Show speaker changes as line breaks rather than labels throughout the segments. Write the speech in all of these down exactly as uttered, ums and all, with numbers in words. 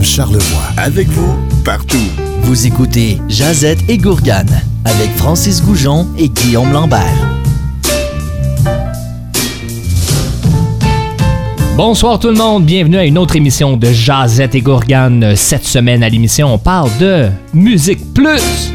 Charlevoix. Avec vous, partout.
Vous écoutez Jazette et Gourgane avec Francis Goujon et Guillaume Lambert.
Bonsoir tout le monde, bienvenue à une autre émission de Jazette et Gourgane. Cette semaine à l'émission, on parle de Musique Plus.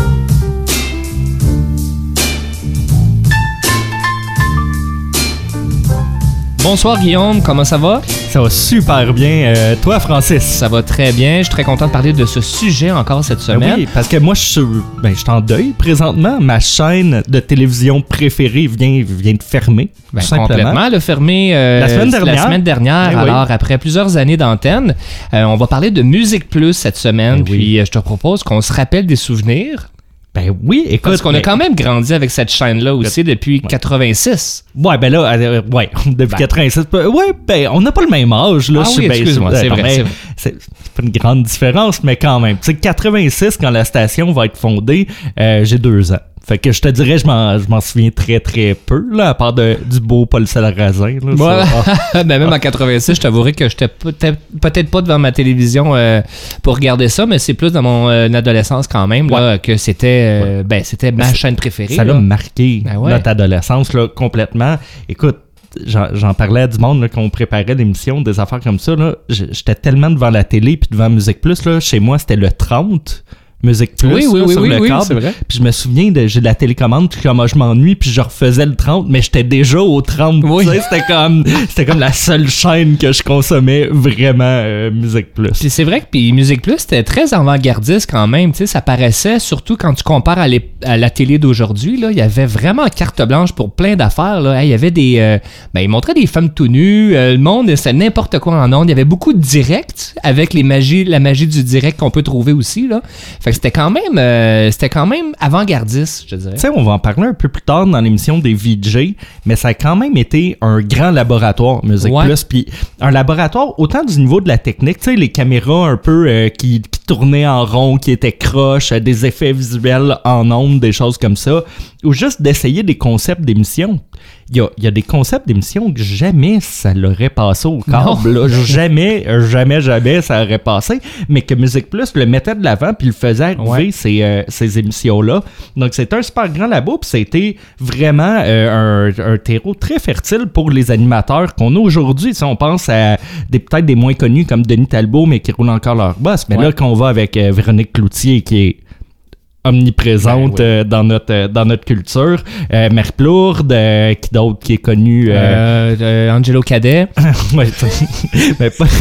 Bonsoir Guillaume, comment ça va?
Ça va super bien. Euh, toi, Francis?
Ça va très bien. Je suis très content de parler de ce sujet encore cette semaine.
Oui, parce que moi, je suis, ben, je suis en deuil présentement. Ma chaîne de télévision préférée vient, vient de fermer.
Ben, complètement. Elle a fermé euh,
la semaine dernière.
La semaine dernière.
Eh
alors,
oui.
après plusieurs années d'antenne, euh, on va parler de Musique Plus cette semaine.
Eh oui.
Puis, euh, je te propose qu'on se rappelle des souvenirs.
Ben oui, écoute.
Parce qu'on
mais...
a quand même grandi avec cette chaîne-là aussi depuis ouais. quatre-vingt-six.
Ouais, ben là, euh, ouais, depuis ben. quatre-vingt-six. Ouais, ben, on n'a pas le même âge, là.
Ah oui,
ben,
excuse-moi, c'est,
c'est,
vrai,
ben,
c'est vrai.
C'est, c'est pas une grande différence, mais quand même. Tu sais, quatre-vingt-six, quand la station va être fondée, euh, j'ai deux ans. Fait que je te dirais, je m'en, je m'en souviens très, très peu, là, à part de, du beau Paul Sarrazin. Là,
ouais.
ah.
Ben, même en quatre-vingt-six, je t'avouerai que j'étais peut-être, peut-être pas devant ma télévision euh, pour regarder ça, mais c'est plus dans mon euh, adolescence quand même, là, ouais. que c'était, euh, ben, c'était ma chaîne préférée.
Ça
là.
l'a marqué,
ben ouais.
notre adolescence, là, complètement. Écoute, J'en, j'en parlais à du monde là, quand on préparait l'émission, des affaires comme ça. Là, j'étais tellement devant la télé puis devant Musique Plus. Là, chez moi, c'était le trente. Musique Plus
oui, oui,
là,
oui,
sur
oui,
le
oui,
câble.
C'est vrai.
Puis je me souviens, de, j'ai de la télécommande, puis comme je m'ennuie, puis je refaisais le trente, mais j'étais déjà au trente.
Oui.
Tu sais, c'était comme, c'était comme la seule chaîne que je consommais vraiment euh, Musique Plus.
Puis c'est vrai que puis Musique Plus, c'était très avant-gardiste quand même. Tu sais, ça paraissait, surtout quand tu compares à, à la télé d'aujourd'hui, là, il y avait vraiment carte blanche pour plein d'affaires. Là. Hey, il y avait des... Euh, ben, ils montraient des femmes tout nues. Euh, le monde, c'était n'importe quoi en ondes. Il y avait beaucoup de directs avec les magies, la magie du direct qu'on peut trouver aussi. Là. Fait que c'était quand même... Euh, Euh, c'était quand même avant-gardiste, je te dirais.
Tu sais, on va en parler un peu plus tard dans l'émission des V J, mais ça a quand même été un grand laboratoire, Musique
ouais.
Plus. Puis un laboratoire autant du niveau de la technique, tu sais, les caméras un peu euh, qui, qui tournaient en rond, qui étaient croches, euh, des effets visuels en ondes, des choses comme ça, ou juste d'essayer des concepts d'émissions. Il y a, il y a des concepts d'émissions que jamais ça l'aurait passé au câble. Là. Jamais, jamais, jamais ça aurait passé. Mais que Musique Plus le mettait de l'avant puis le faisait arriver
ouais.
ces, euh, ces émissions-là. Donc, c'était un super grand labo puis c'était vraiment euh, un, un terreau très fertile pour les animateurs qu'on a aujourd'hui. Si on pense à des, peut-être des moins connus comme Denis Talbot, mais qui roulent encore leur boss. Mais ouais. là, qu'on va avec euh, Véronique Cloutier qui est omniprésente ben, oui. euh, dans notre euh, dans notre culture. Euh, Mère Plourde, euh, qui d'autre qui est connu euh...
Euh, euh, Angelo Cadet.
ouais, mais pas...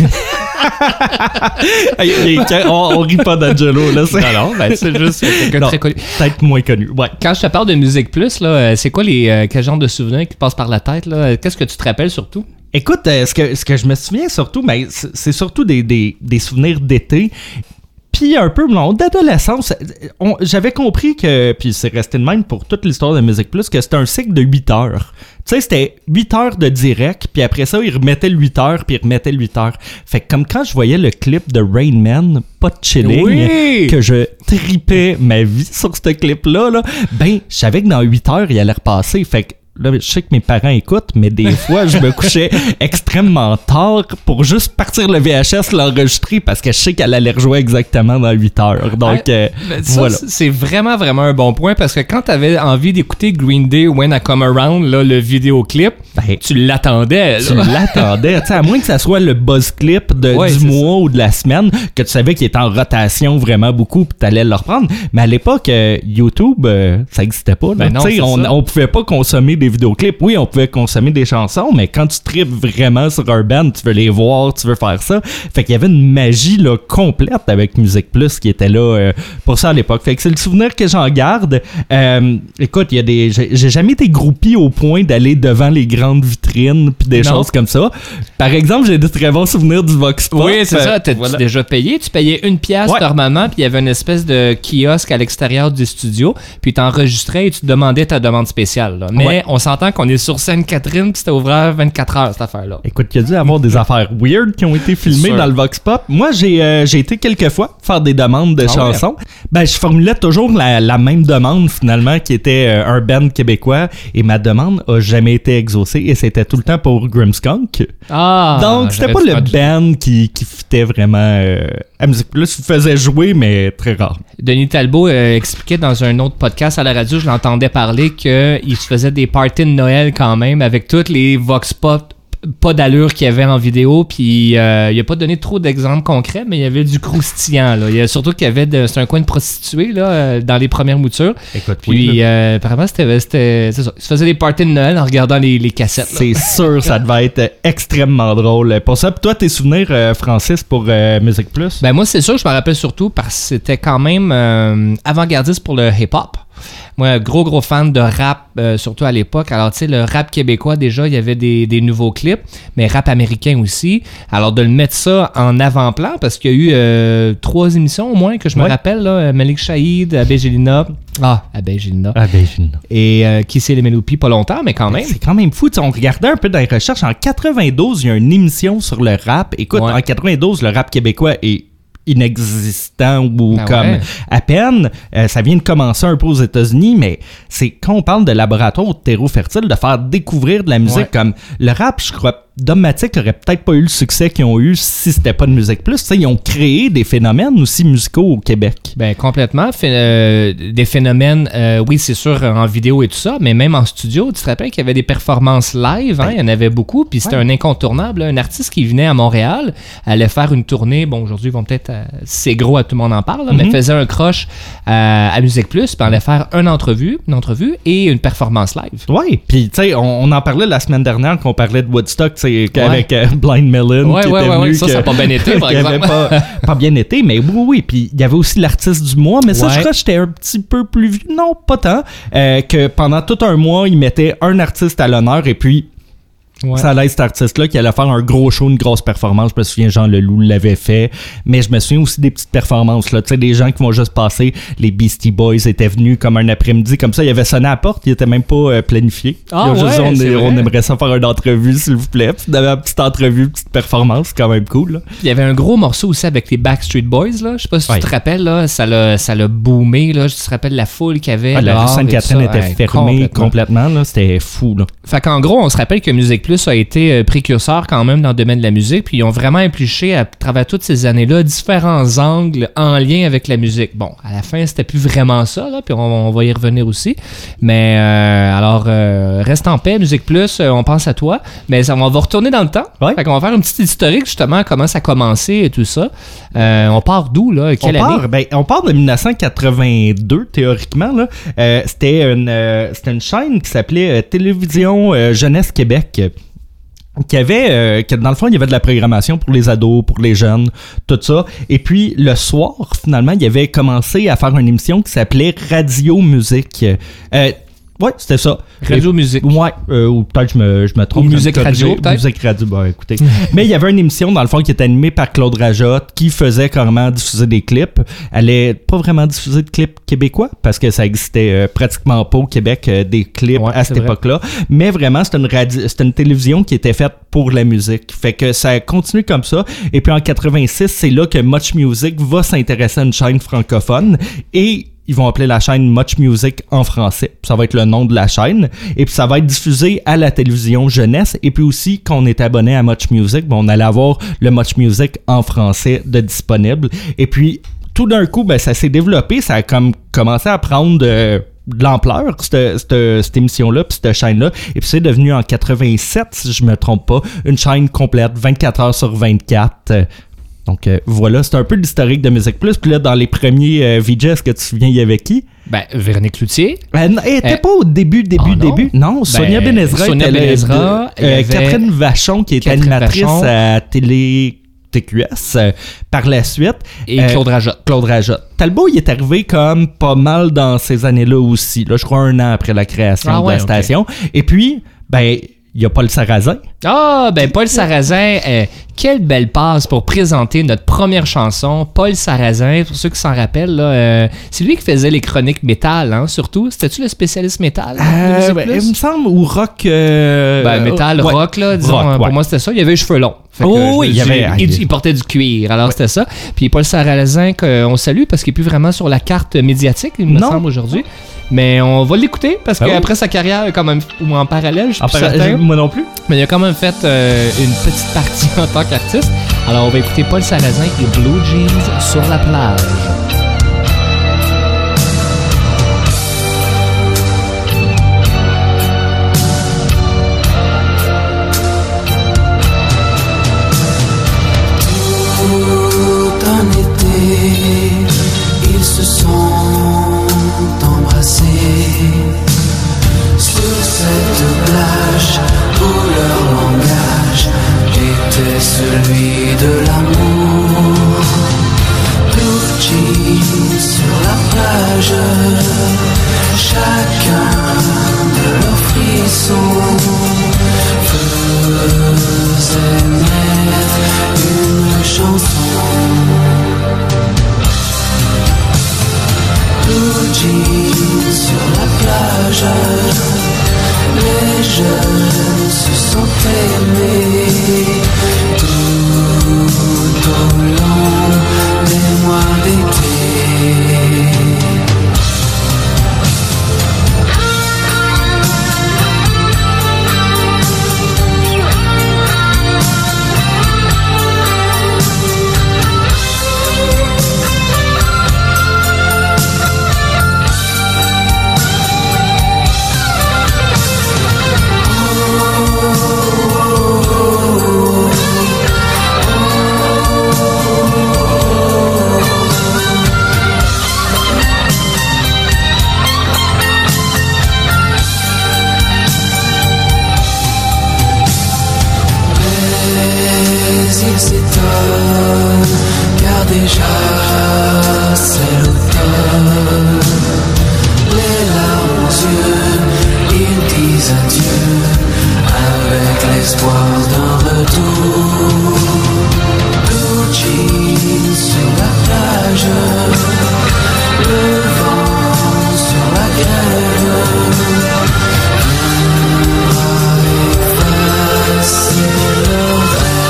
on, on rit pas d'Angelo là. C'est...
Non, non, ben, c'est juste quelqu'un de très connu.
Peut-être moins connu. Ouais.
Quand je te parle de Musique Plus, là, c'est quoi les euh, quel genre de souvenirs qui te passent par la tête là? Qu'est-ce que tu te rappelles surtout?
Écoute, euh, ce que ce que je me souviens surtout, ben, c'est, c'est surtout des, des des souvenirs d'été. Puis un peu non, d'adolescence, on, j'avais compris que, puis c'est resté de même pour toute l'histoire de Musique Plus, que c'était un cycle de huit heures. Tu sais, c'était huit heures de direct, puis après ça, ils remettaient le huit heures, puis ils remettaient le huit heures. Fait que comme quand je voyais le clip de Rain Man, pas de chilling,
oui!
que je tripais ma vie sur ce clip-là, là, ben, je savais que dans huit heures, il allait repasser. Fait que là, je sais que mes parents écoutent, mais des fois, je me couchais extrêmement tard pour juste partir le V H S, l'enregistrer, parce que je sais qu'elle allait rejouer exactement dans huit heures. Donc, euh,
ça,
voilà.
C'est vraiment, vraiment un bon point, parce que quand t'avais envie d'écouter Green Day, When I Come Around, là, le vidéoclip, ben, tu l'attendais. Là.
Tu l'attendais. T'sais, à moins que ça soit le buzz clip de,
ouais,
du mois
ça.
Ou de la semaine, que tu savais qu'il était en rotation vraiment beaucoup, puis t'allais le reprendre. Mais à l'époque, euh, YouTube, euh, ça n'existait pas. Là. Ben non, on, on pouvait pas consommer des vidéoclips. Oui, on pouvait consommer des chansons, mais quand tu tripes vraiment sur un band, tu veux les voir, tu veux faire ça. Fait qu'il y avait une magie là, complète avec Musique Plus qui était là euh, pour ça à l'époque. Fait que c'est le souvenir que j'en garde. Euh, écoute, il y a des, j'ai, j'ai jamais été groupie au point d'aller devant les grandes vitrines puis des non. choses comme ça. Par exemple, j'ai des très bons souvenirs du Vox Pop.
Oui, c'est euh, ça. T'as voilà. déjà payé. Tu payais une pièce ouais. normalement, puis il y avait une espèce de kiosque à l'extérieur du studio, puis t'enregistrais et tu te demandais ta demande spéciale. Là. Mais ouais. on s'entend qu'on est sur Sainte-Catherine, puis c'était ouvert vingt-quatre heures, cette affaire-là.
Écoute, il y a dû avoir des affaires weird qui ont été filmées dans le Vox Pop. Moi, j'ai, euh, j'ai été quelques fois faire des demandes de ah chansons. Ouais. Ben, je formulais toujours la, la même demande, finalement, qui était euh, un band québécois, et ma demande a jamais été exaucée, et c'était tout le temps pour Grimmskunk.
Ah!
Donc, c'était pas le band qui, qui écoutait vraiment euh, à Musique Plus. Il faisait jouer, mais très rare.
Denis Talbot euh, expliquait dans un autre podcast à la radio, je l'entendais parler, qu'il se faisait des parties de Noël quand même avec toutes les vox pop pas d'allure qu'il y avait en vidéo, puis euh, il a pas donné trop d'exemples concrets, mais il y avait du croustillant, là. Il y a surtout qu'il y avait de, c'est un coin de prostituées, là, euh, dans les premières moutures.
Écoute,
puis
oui,
euh, apparemment c'était, c'était c'est ça, il se faisait des parties de Noël en regardant les, les cassettes, là.
C'est sûr, ça devait être extrêmement drôle. Pour ça, puis toi, tes souvenirs, euh, Francis, pour euh, Musique Plus?
Ben moi, c'est sûr, je me rappelle surtout parce que c'était quand même euh, avant-gardiste pour le hip-hop. Moi, gros, gros fan de rap, euh, surtout à l'époque. Alors, tu sais, le rap québécois, déjà, il y avait des, des nouveaux clips, mais rap américain aussi. Alors, de le mettre ça en avant-plan, parce qu'il y a eu euh, trois émissions au moins que je me ouais. rappelle, là, Malik Shahid, Abbé Gélina. Ah, Abbé Gélina.
Abbé Gélina.
Et euh, Qui c'est les Méloupies, pas longtemps, mais quand même.
C'est quand même fou. T'sais, on regardait un peu dans les recherches. En quatre-vingt-douze, il y a une émission sur le rap. Écoute, ouais. en quatre-vingt-douze, le rap québécois est inexistant ou ah comme ouais. à peine. Euh, ça vient de commencer un peu aux États-Unis, mais c'est quand on parle de laboratoire ou de terreau fertile, de faire découvrir de la musique ouais. comme le rap, je crois, Dogmatic aurait peut-être pas eu le succès qu'ils ont eu si c'était pas de Musique Plus. T'sais, ils ont créé des phénomènes aussi musicaux au Québec.
Ben complètement. Fait, euh, des phénomènes, euh, oui, c'est sûr, en vidéo et tout ça, mais même en studio, tu te rappelles qu'il y avait des performances live, hein, ben, il y en avait beaucoup, puis c'était ouais. un incontournable. Un artiste qui venait à Montréal, allait faire une tournée, bon, aujourd'hui, ils vont peut-être, euh, c'est gros, à tout le monde en parle, là, mm-hmm. mais faisait un croche euh, à Musique Plus, puis allait faire une entrevue, une entrevue et une performance live.
Oui, puis tu sais, on, on en parlait la semaine dernière qu'on parlait de Woodstock, tu sais, avec ouais. euh, Blind Melon
ouais,
qui
ouais,
était
ouais,
venu.
Ouais. Ça,
que...
ça n'a pas bien été, par exemple.
pas, pas bien été, mais oui, oui. Puis il y avait aussi l'artiste du mois, mais ça, ouais. je crois que j'étais un petit peu plus vieux. Non, pas tant. Euh, que pendant tout un mois, il mettait un artiste à l'honneur et puis ouais. ça allait cet artiste-là qui allait faire un gros show, une grosse performance. Je me souviens, Jean Leloup l'avait fait, mais je me souviens aussi des petites performances, là. Tu sais, des gens qui vont juste passer. Les Beastie Boys étaient venus comme un après-midi, comme ça, il avait sonné à la porte, il était même pas euh, planifié.
Ah,
ouais,
juste,
on,
est,
on aimerait ça faire une entrevue, s'il vous plaît. Puis, il y avait une petite entrevue, une petite performance, c'est quand même cool, là.
Il y avait un gros morceau aussi avec les Backstreet Boys, là. Je sais pas si ouais. tu te rappelles, là, ça l'a, ça l'a boomé, là. Je te rappelle la foule qu'il y avait.
Ah, la rue Sainte-Catherine était
ouais,
fermée complètement, complètement là. C'était fou, là.
Fait qu'en gros, on se rappelle que Musique Plus a été euh, précurseur quand même dans le domaine de la musique, puis ils ont vraiment épluché à travers toutes ces années-là différents angles en lien avec la musique. Bon, à la fin, c'était plus vraiment ça, là, puis on, on va y revenir aussi. Mais euh, alors, euh, reste en paix, Musique Plus, euh, on pense à toi. Mais ça, on va retourner dans le temps. Ouais. Fait qu'on va faire une petite historique, justement, comment ça a commencé et tout ça. Euh, on part d'où, là? Quelle
on
année?
Part, ben, on part de dix-neuf cent quatre-vingt-deux, théoriquement, là. Euh, c'était, une, euh, c'était une chaîne qui s'appelait euh, Télévision euh, Jeunesse Québec. Qui avait, euh, que dans le fond, il y avait de la programmation pour les ados, pour les jeunes, tout ça. Et puis, le soir, finalement, il avait commencé à faire une émission qui s'appelait Radio Musique. Euh, ouais, c'était ça.
Radio Musique.
Ouais, euh, ou peut-être je me, je me trompe.
Ou Musique Radio, peut-être.
Musique Radio, bah écoutez. Mais il y avait une émission, dans le fond, qui était animée par Claude Rajotte, qui faisait carrément diffuser des clips. Elle est pas vraiment diffuser de clips québécois, parce que ça existait euh, pratiquement pas au Québec, euh, des clips ouais, à cette époque-là. Mais vraiment, c'était une, radio, c'était une télévision qui était faite pour la musique. Fait que ça continue comme ça. Et puis en quatre-vingt-six, c'est là que Much Music va s'intéresser à une chaîne francophone. Et ils vont appeler la chaîne Much Music en français. Ça va être le nom de la chaîne. Et puis ça va être diffusé à la télévision jeunesse. Et puis aussi, quand on est abonné à Much Music, ben, on allait avoir le Much Music en français de disponible. Et puis, tout d'un coup, ben, ça s'est développé. Ça a comme commencé à prendre de, de l'ampleur, cette, cette, cette émission-là, puis cette chaîne-là. Et puis c'est devenu en quatre-vingt-sept, si je me trompe pas, une chaîne complète, vingt-quatre heures sur vingt-quatre. Donc euh, voilà, c'est un peu l'historique de Musique Plus. Puis là, dans les premiers euh, V J, est-ce que tu te souviens, il y avait qui?
Ben, Véronique Cloutier.
Elle n'était euh, pas au début, début, oh non. début. Non, Sonia ben, Benezra.
Sonia
était
Benezra.
De, euh, Catherine Vachon, qui était animatrice Vachon. à Télé... T Q S euh, par la suite.
Et euh, Claude Rajotte.
Claude Rajotte. Talbot, il est arrivé comme pas mal dans ces années-là aussi. Là, je crois un an après la création ah, de ouais, la station. Okay. Et puis, ben... il y a Paul Sarrazin.
Ah, ben Paul Sarrazin, euh, quelle belle passe pour présenter notre première chanson. Paul Sarrazin, pour ceux qui s'en rappellent, là, euh, c'est lui qui faisait les chroniques métal, hein, surtout. C'était-tu le spécialiste métal?
Euh, ben, il me semble, ou rock... Euh...
Ben, métal,
ouais.
rock, là, disons.
Rock,
pour
ouais.
moi, c'était ça. Il avait les cheveux longs. Fait
oh
que,
oui, il y avait...
Il, il portait du cuir, alors ouais. c'était ça. Puis Paul Sarrazin, qu'on salue parce qu'il n'est plus vraiment sur la carte médiatique, il me non. semble, aujourd'hui. Mais on va l'écouter parce ah qu'après oui. sa carrière, quand même, ou en parallèle, je suis
en
plus
para-
certain.
Moi non plus.
Mais il a quand même fait euh, une petite partie en tant qu'artiste. Alors on va écouter Paul Sarrazin et Blue Jeans sur la plage.
Celui de l'amour, blue jeans sur la plage, chacun de leurs frissons faisait naître une chanson. Blue jeans sur la plage, les jeunes se sont aimés. Tout au long des mois d'été. Car déjà c'est l'automne, les larmes aux yeux, ils disent adieu avec l'espoir d'un retour. Blue jeans sur la plage, le vent sur la grève viendra effacer leur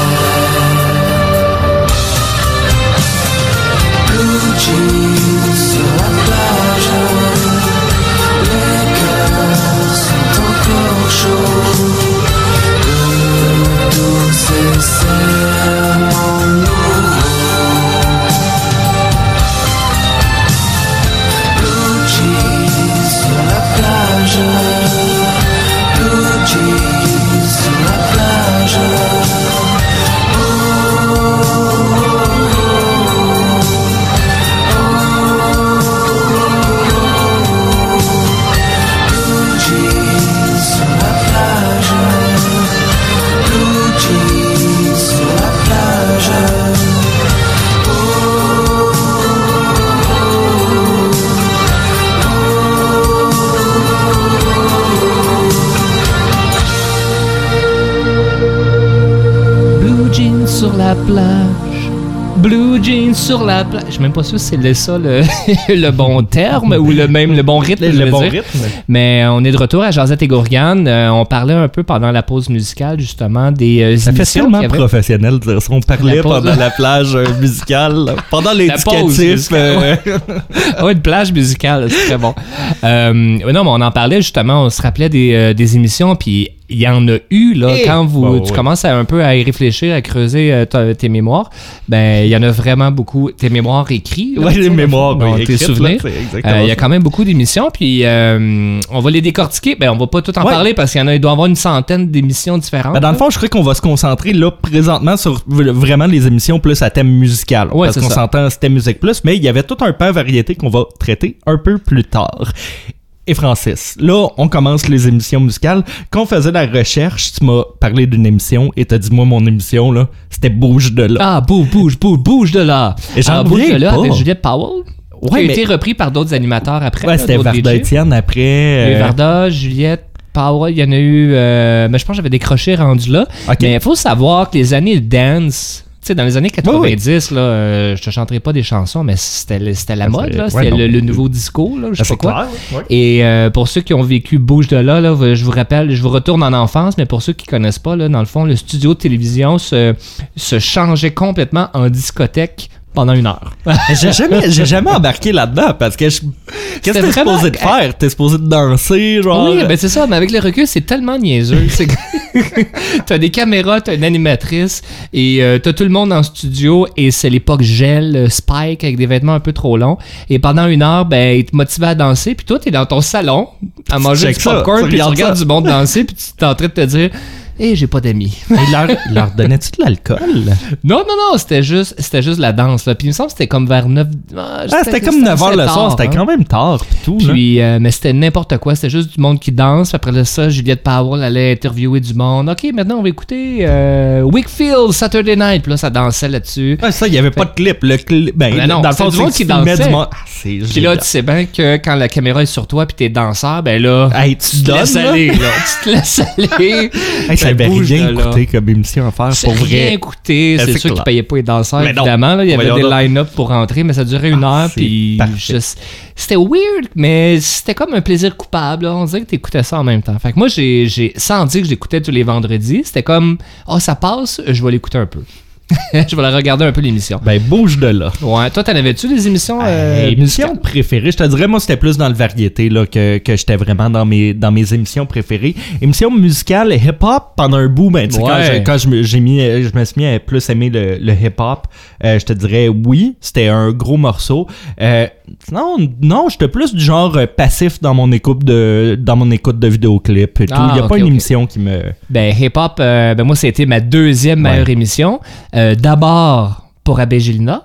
sur la plage, les cœurs sont encore chauds de tous ces serments nouveaux. Blue jeans sur la plage, blue jeans sur la plage.
Sur la plage, blue jeans sur la plage. Je suis même pas sûr si c'est ça le, le bon terme ou le même le bon rythme.
Le bon
dire.
rythme.
Mais on est de retour à Jazette et Gourgane. Euh, on parlait un peu pendant la pause musicale justement des euh,
ça
émissions.
Ça fait tellement professionnel de dire ça. On parlait la pendant la plage euh, musicale, pendant l'éducatif. Euh...
oui, une plage musicale, c'est très bon. Euh, non, mais on en parlait justement. On se rappelait des, euh, des émissions puis. Il y en a eu, là, hey, quand vous, bon, tu oui. commences à un peu à y réfléchir, à creuser euh, t- tes mémoires, ben, il y en a vraiment beaucoup. Tes mémoires écrites.
Oui, les mémoires,
bon,
oui,
tes écrites, souvenirs. Il euh, y a quand même beaucoup d'émissions, puis euh, on va les décortiquer. Ben, on va pas tout en ouais. parler parce qu'il y en a, il doit y avoir une centaine d'émissions différentes.
Ben, dans le fond, je crois qu'on va se concentrer, là, présentement, sur vraiment les émissions plus à thème musical.
Ouais,
parce qu'on
ça.
s'entend, c'était Musique Plus, mais il y avait tout un pan variété qu'on va traiter un peu plus tard. Et Francis, là, on commence les émissions musicales. Quand on faisait la recherche, tu m'as parlé d'une émission et t'as dit, moi, mon émission, là, c'était Bouge de là.
Ah, bouge, bouge, bouge, bouge de là.
Et j'en
Bouge de là
pas.
avec Juliette Powell. Ouais, qui a mais... été repris par d'autres animateurs après.
Ouais,
là,
c'était Varda Étienne après.
Euh... Varda, Juliette, Powell, il y en a eu... Euh... Mais je pense que j'avais décroché rendu là. Okay. Mais il faut savoir que les années de dance... Tu sais, dans les années quatre-vingt-dix, oui, oui. là, euh, je te chanterai pas des chansons, mais c'était, c'était la mode, là, c'était ouais, le, le nouveau disco, là, je sais pas quoi. Clair, oui. Et euh, pour ceux qui ont vécu Bouge de là, là, je vous rappelle, je vous retourne en enfance, mais pour ceux qui connaissent pas, là, dans le fond, le studio de télévision se, se changeait complètement en discothèque pendant une heure.
j'ai, jamais, j'ai jamais embarqué là-dedans parce que je... qu'est-ce que t'es vraiment... supposé de faire? T'es supposé de danser, genre?
Oui, ben c'est ça, mais avec le recul, c'est tellement niaiseux. C'est que t'as des caméras, t'as une animatrice et euh, t'as tout le monde en studio et c'est l'époque gel, Spike avec des vêtements un peu trop longs. Et pendant une heure, ben, ils te motivaient à danser puis toi, t'es dans ton salon à manger du popcorn puis tu regardes ça. Du monde danser puis tu t'es en train de te dire... Et j'ai pas d'amis.
Il leur, leur donnais-tu de l'alcool?
Non, non, non, c'était juste, c'était juste la danse. Là. Puis il me semble que c'était comme vers neuf...
Ah, ah, c'était comme neuf heures le tard, soir, c'était hein? Quand même tard. Puis, tout,
puis euh, mais c'était n'importe quoi. C'était juste du monde qui danse. Puis après ça, Juliette Powell allait interviewer du monde. OK, maintenant, on va écouter euh, Wakefield, Saturday Night. Puis là, ça dansait là-dessus.
Ah, ça, il n'y avait fait... pas de clip. Le clip ben, ben non,
dans le fond,
du
monde qui dansait. Du monde. Ah,
c'est
puis là, tu sais bien que quand la caméra est sur toi puis t'es danseur, ben là,
hey, tu, tu te laisses aller. Là.
Tu te laisses aller.
Hey, ça avait rien écouté comme émission à faire pour vrai.
Rien écouté. C'est, c'est sûr qu'ils ne payaient pas les danseurs, évidemment. Là, il y avait des line-up pour rentrer, mais ça durait une ah, heure. Puis juste, c'était weird, mais c'était comme un plaisir coupable. Là. On dirait que tu écoutais ça en même temps. Fait que moi, j'ai, j'ai, sans dire que je l'écoutais tous les vendredis, c'était comme, ah, oh, ça passe, je vais l'écouter un peu. Je vais la regarder un peu l'émission.
Ben, bouge de là.
Ouais. Toi, t'en avais-tu des émissions? Euh,
euh, émissions préférées? Je te dirais, moi, c'était plus dans le variété là, que, que j'étais vraiment dans mes, dans mes émissions préférées. Émissions musicales, hip-hop, pendant un bout, ben, tu sais, ouais. quand, je, quand je, me, j'ai mis, je me suis mis à plus aimer le, le hip-hop, euh, je te dirais oui, c'était un gros morceau. Euh, non, non, j'étais plus du genre passif dans mon écoute de, dans mon écoute de vidéoclips et tout. Ah, Il n'y a okay, pas une okay. émission qui me...
Ben, hip-hop, euh, ben moi, c'était ma deuxième meilleure ouais. émission. Euh, d'abord pour Abbé Gélina,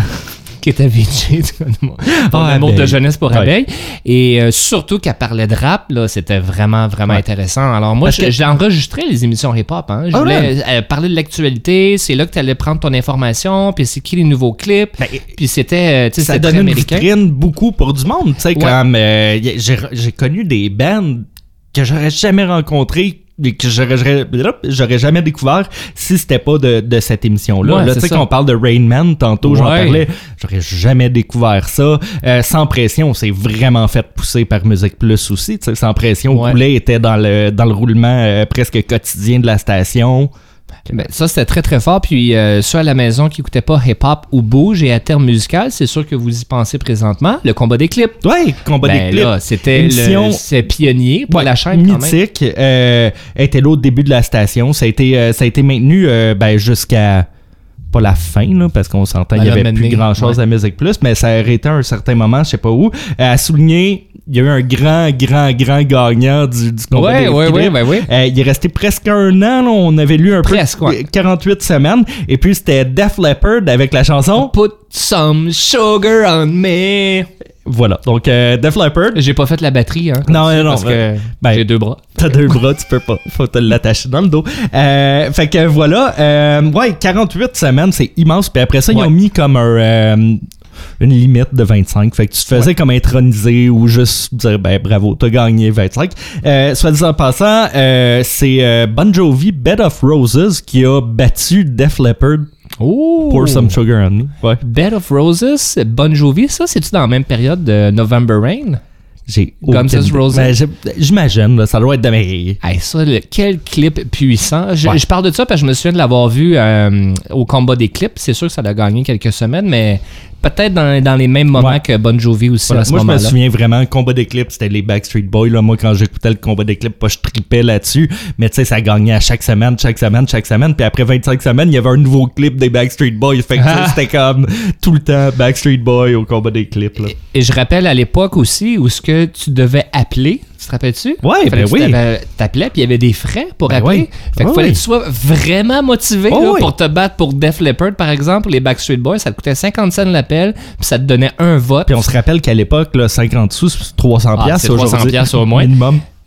qui était V J, mon oh, amour de jeunesse pour ouais. Abeille. Et euh, surtout qu'elle parlait de rap, là, c'était vraiment, vraiment ouais. intéressant. Alors moi, je, que... j'ai enregistré les émissions hip-hop. Hein. Je oh, voulais ouais. euh, parler de l'actualité, c'est là que tu allais prendre ton information, puis c'est qui les nouveaux clips, ben, puis c'était, tu sais,
ça
c'était
donnait
très
une
américain.
Vitrine beaucoup pour du monde, tu sais, ouais. comme euh, j'ai, j'ai connu des bands que j'aurais jamais rencontrées et que j'aurais, j'aurais, j'aurais jamais découvert si c'était pas de, de cette émission-là. Ouais, là, tu sais, qu'on parle de Rain Man, tantôt, ouais. j'en parlais, j'aurais jamais découvert ça. Euh, Sans Pression, on s'est vraiment fait pousser par Musique Plus aussi. Tu sais, Sans Pression, ouais. Goulet était dans le, dans le roulement euh, presque quotidien de la station.
Ben, ça, c'était très, très fort. Puis, euh, ceux à la maison qui n'écoutaient pas hip-hop ou bouge et à terme musical, c'est sûr que vous y pensez présentement. Le combat des clips.
Oui, combat ben, des clips.
Là, c'était Émission... le, c'est pionnier pour ouais, la chaîne.
Mythique.
Quand même.
Euh, était là au début de la station. Ça a été, euh, ça a été maintenu euh, ben, jusqu'à... pas la fin, là, parce qu'on s'entend, il n'y avait plus grand-chose ouais. à Musique Plus, mais ça a arrêté à un certain moment, je sais pas où. Euh, à souligner, il y a eu un grand, grand, grand gagnant du, du combat
ouais,
des
ouais,
clips.
ouais, ouais, ouais.
Euh, il est resté presque un an, là, on avait lu un
presque,
peu
ouais.
quarante-huit semaines, et puis c'était Def Leppard avec la chanson
Put some sugar on me.
Voilà, donc euh, Def Leppard.
J'ai pas fait la batterie, hein.
Non, non, non.
Parce que
ben,
j'ai deux bras.
T'as deux bras, tu peux pas. Faut te l'attacher dans le dos. Euh, fait que voilà, euh, ouais, quarante-huit semaines, c'est immense. Puis après ça, ouais. ils ont mis comme un, euh, une limite de vingt-cinq. Fait que tu te faisais ouais. comme introniser ou juste dire, ben bravo, t'as gagné vingt-cinq. Euh, soit dit en passant, euh, c'est euh, Bon Jovi, Bed of Roses, qui a battu Def Leppard.
Oh!
Pour Some Sugar on Me. Ouais.
Bed of Roses, Bon Jovi, ça, c'est-tu dans la même période de November Rain?
J'ai
Guns N' Roses.
Ben, j'imagine, là, ça doit être de mes...
Hey, ça, le, quel clip puissant. Je, ouais. je parle de ça parce que je me souviens de l'avoir vu euh, au combat des clips. C'est sûr que ça a gagné quelques semaines, mais peut-être dans, dans les mêmes moments ouais. que Bon Jovi aussi voilà. à ce
moi,
moment-là.
Moi, je me souviens vraiment, le combat des clips, c'était les Backstreet Boys. Là. Moi, quand j'écoutais le combat des clips, pas je tripais là-dessus. Mais tu sais, ça gagnait à chaque semaine, chaque semaine, chaque semaine. Puis après vingt-cinq semaines, il y avait un nouveau clip des Backstreet Boys. Fait que ah. c'était comme tout le temps Backstreet Boys au combat des clips. Là.
Et, et je rappelle à l'époque aussi où ce que tu devais appeler, tu te rappelles-tu?
Ouais, ben oui.
Tu t'appelais, puis il y avait des frais pour ben appeler. Oui. Fait qu'il ouais, fallait oui. que tu sois vraiment motivé oh, là, oui. pour te battre pour Def Leppard, par exemple, les Backstreet Boys. Ça te coûtait cinquante cents l'appel, puis ça te donnait un vote.
Puis on se rappelle qu'à l'époque, là, cinquante sous, c'est trois cents piastres
ah, aujourd'hui. trois cents piastres au moins.
Minimum.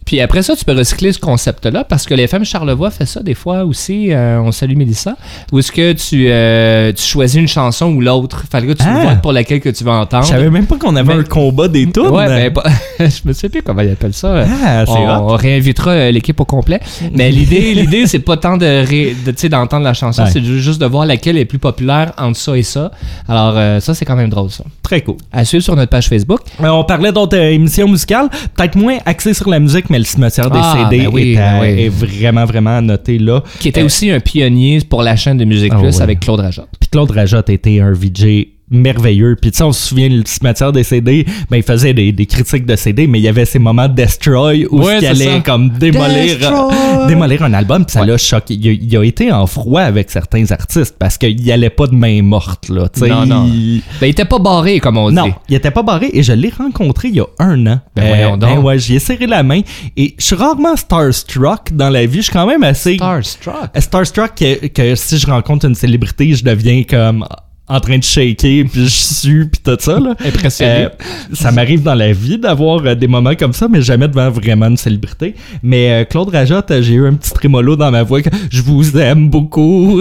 Puis après ça, tu peux recycler ce concept-là parce que les F M Charlevoix fait ça des fois aussi. Euh, on salue Mélissa. Où est-ce que tu, euh, tu choisis une chanson ou l'autre. Fait que tu ah. votes pour laquelle que tu veux entendre.
Je savais même pas qu'on avait mais, un combat des tunes.
Ouais, mais ben, je me sais plus comment ils appellent ça.
Ah, c'est
on, on réinvitera l'équipe au complet. Mais l'idée, l'idée c'est pas tant de, ré, de tu sais, d'entendre la chanson, ouais. c'est juste de voir laquelle est plus populaire entre ça et ça. Alors euh, ça, c'est quand même drôle, ça.
Très cool.
À suivre sur notre page Facebook.
Euh, on parlait d'autres euh, émissions musicales, peut-être moins axées sur la musique, mais le cimetière des
ah,
C D
ben oui,
est, à,
ben oui.
est vraiment, vraiment noté là.
Qui était
euh,
aussi un pionnier pour la chaîne de Musique
oh,
Plus
ouais.
avec Claude Rajotte.
Puis Claude Rajotte était un V J merveilleux. Puis tu sais, on se souvient, le cimetière des C D, ben il faisait des, des critiques de C D, mais il y avait ces moments Destroy où
ouais,
il allait
ça.
comme démolir, euh, démolir un album, puis ça ouais. l'a choqué. Il a, il a été en froid avec certains artistes parce qu'il allait pas de main morte, là. T'sais,
non, non.
Il...
Ben, il était pas barré, comme on dit.
Non, il était pas barré et je l'ai rencontré il y a un an.
Ben, euh, voyons donc.
Ben ouais, j'y ai serré la main et je suis rarement starstruck dans la vie. Je suis quand même assez...
Starstruck?
Starstruck que, que si je rencontre une célébrité, je deviens comme... en train de shaker, puis je sue, puis tout ça, là.
Impressionné.
Euh, ça m'arrive dans la vie d'avoir euh, des moments comme ça, mais jamais devant vraiment une célébrité. Mais euh, Claude Rajotte, euh, j'ai eu un petit trémolo dans ma voix. Que, je vous aime beaucoup.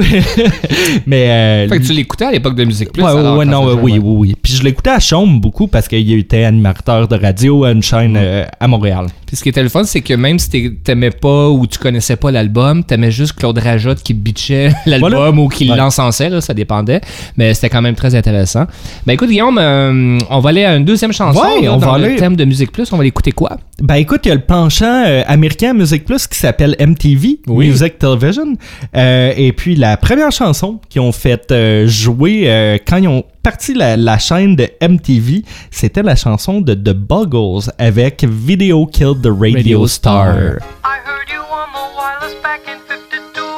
mais euh,
fait que tu l'écoutais à l'époque de Musique Plus.
Ouais,
alors,
ouais, non,
ouais,
oui, oui, oui. Puis je l'écoutais à Chaume beaucoup parce qu'il était animateur de radio à une chaîne euh, à Montréal.
Puis ce qui était le fun, c'est que même si t'aimais pas ou tu connaissais pas l'album, t'aimais juste Claude Rajotte qui bitchait l'album voilà. ou qui ouais. l'encensait, là, ça dépendait. Mais c'était quand même très intéressant. Ben écoute, Guillaume, euh, on va aller à une deuxième chanson
ouais,
là,
on
dans
va
le
aller.
thème de Musique Plus. On va l'écouter quoi?
Ben écoute, il y a le penchant euh, américain à Musique Plus qui s'appelle M T V, oui. Music Television. Euh, et puis la première chanson qu'ils ont fait euh, jouer euh, quand ils ont parti la, la chaîne de M T V, c'était la chanson de The Buggles avec Video Killed the Radio, Radio Star.
I heard you on the wireless back in fifty-two,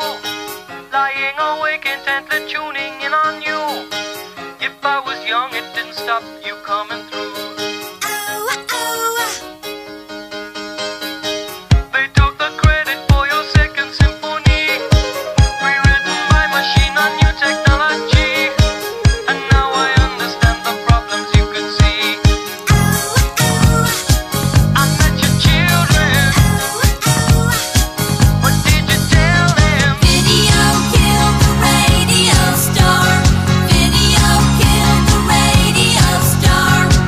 lying awake intently tuning in on you. If I was young, it didn't stop you coming through. Oh, oh. They took the credit for your second symphony, rewritten by machine on new technology. And now I understand the problems you could see. Oh, oh. I met your children. Oh, oh. What did you tell them? Video killed the radio star. Video killed the radio star.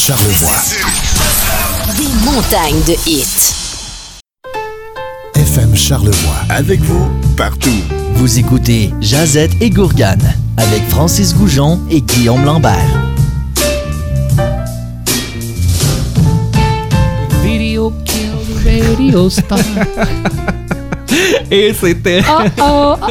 Charlevoix.
Des montagnes de hits.
F M Charlevoix. Avec vous, partout.
Vous écoutez Jazette et Gourgane avec Francis Goujon et Guillaume Lambert.
Video kill the radio star.
Et c'était.
Oh oh oh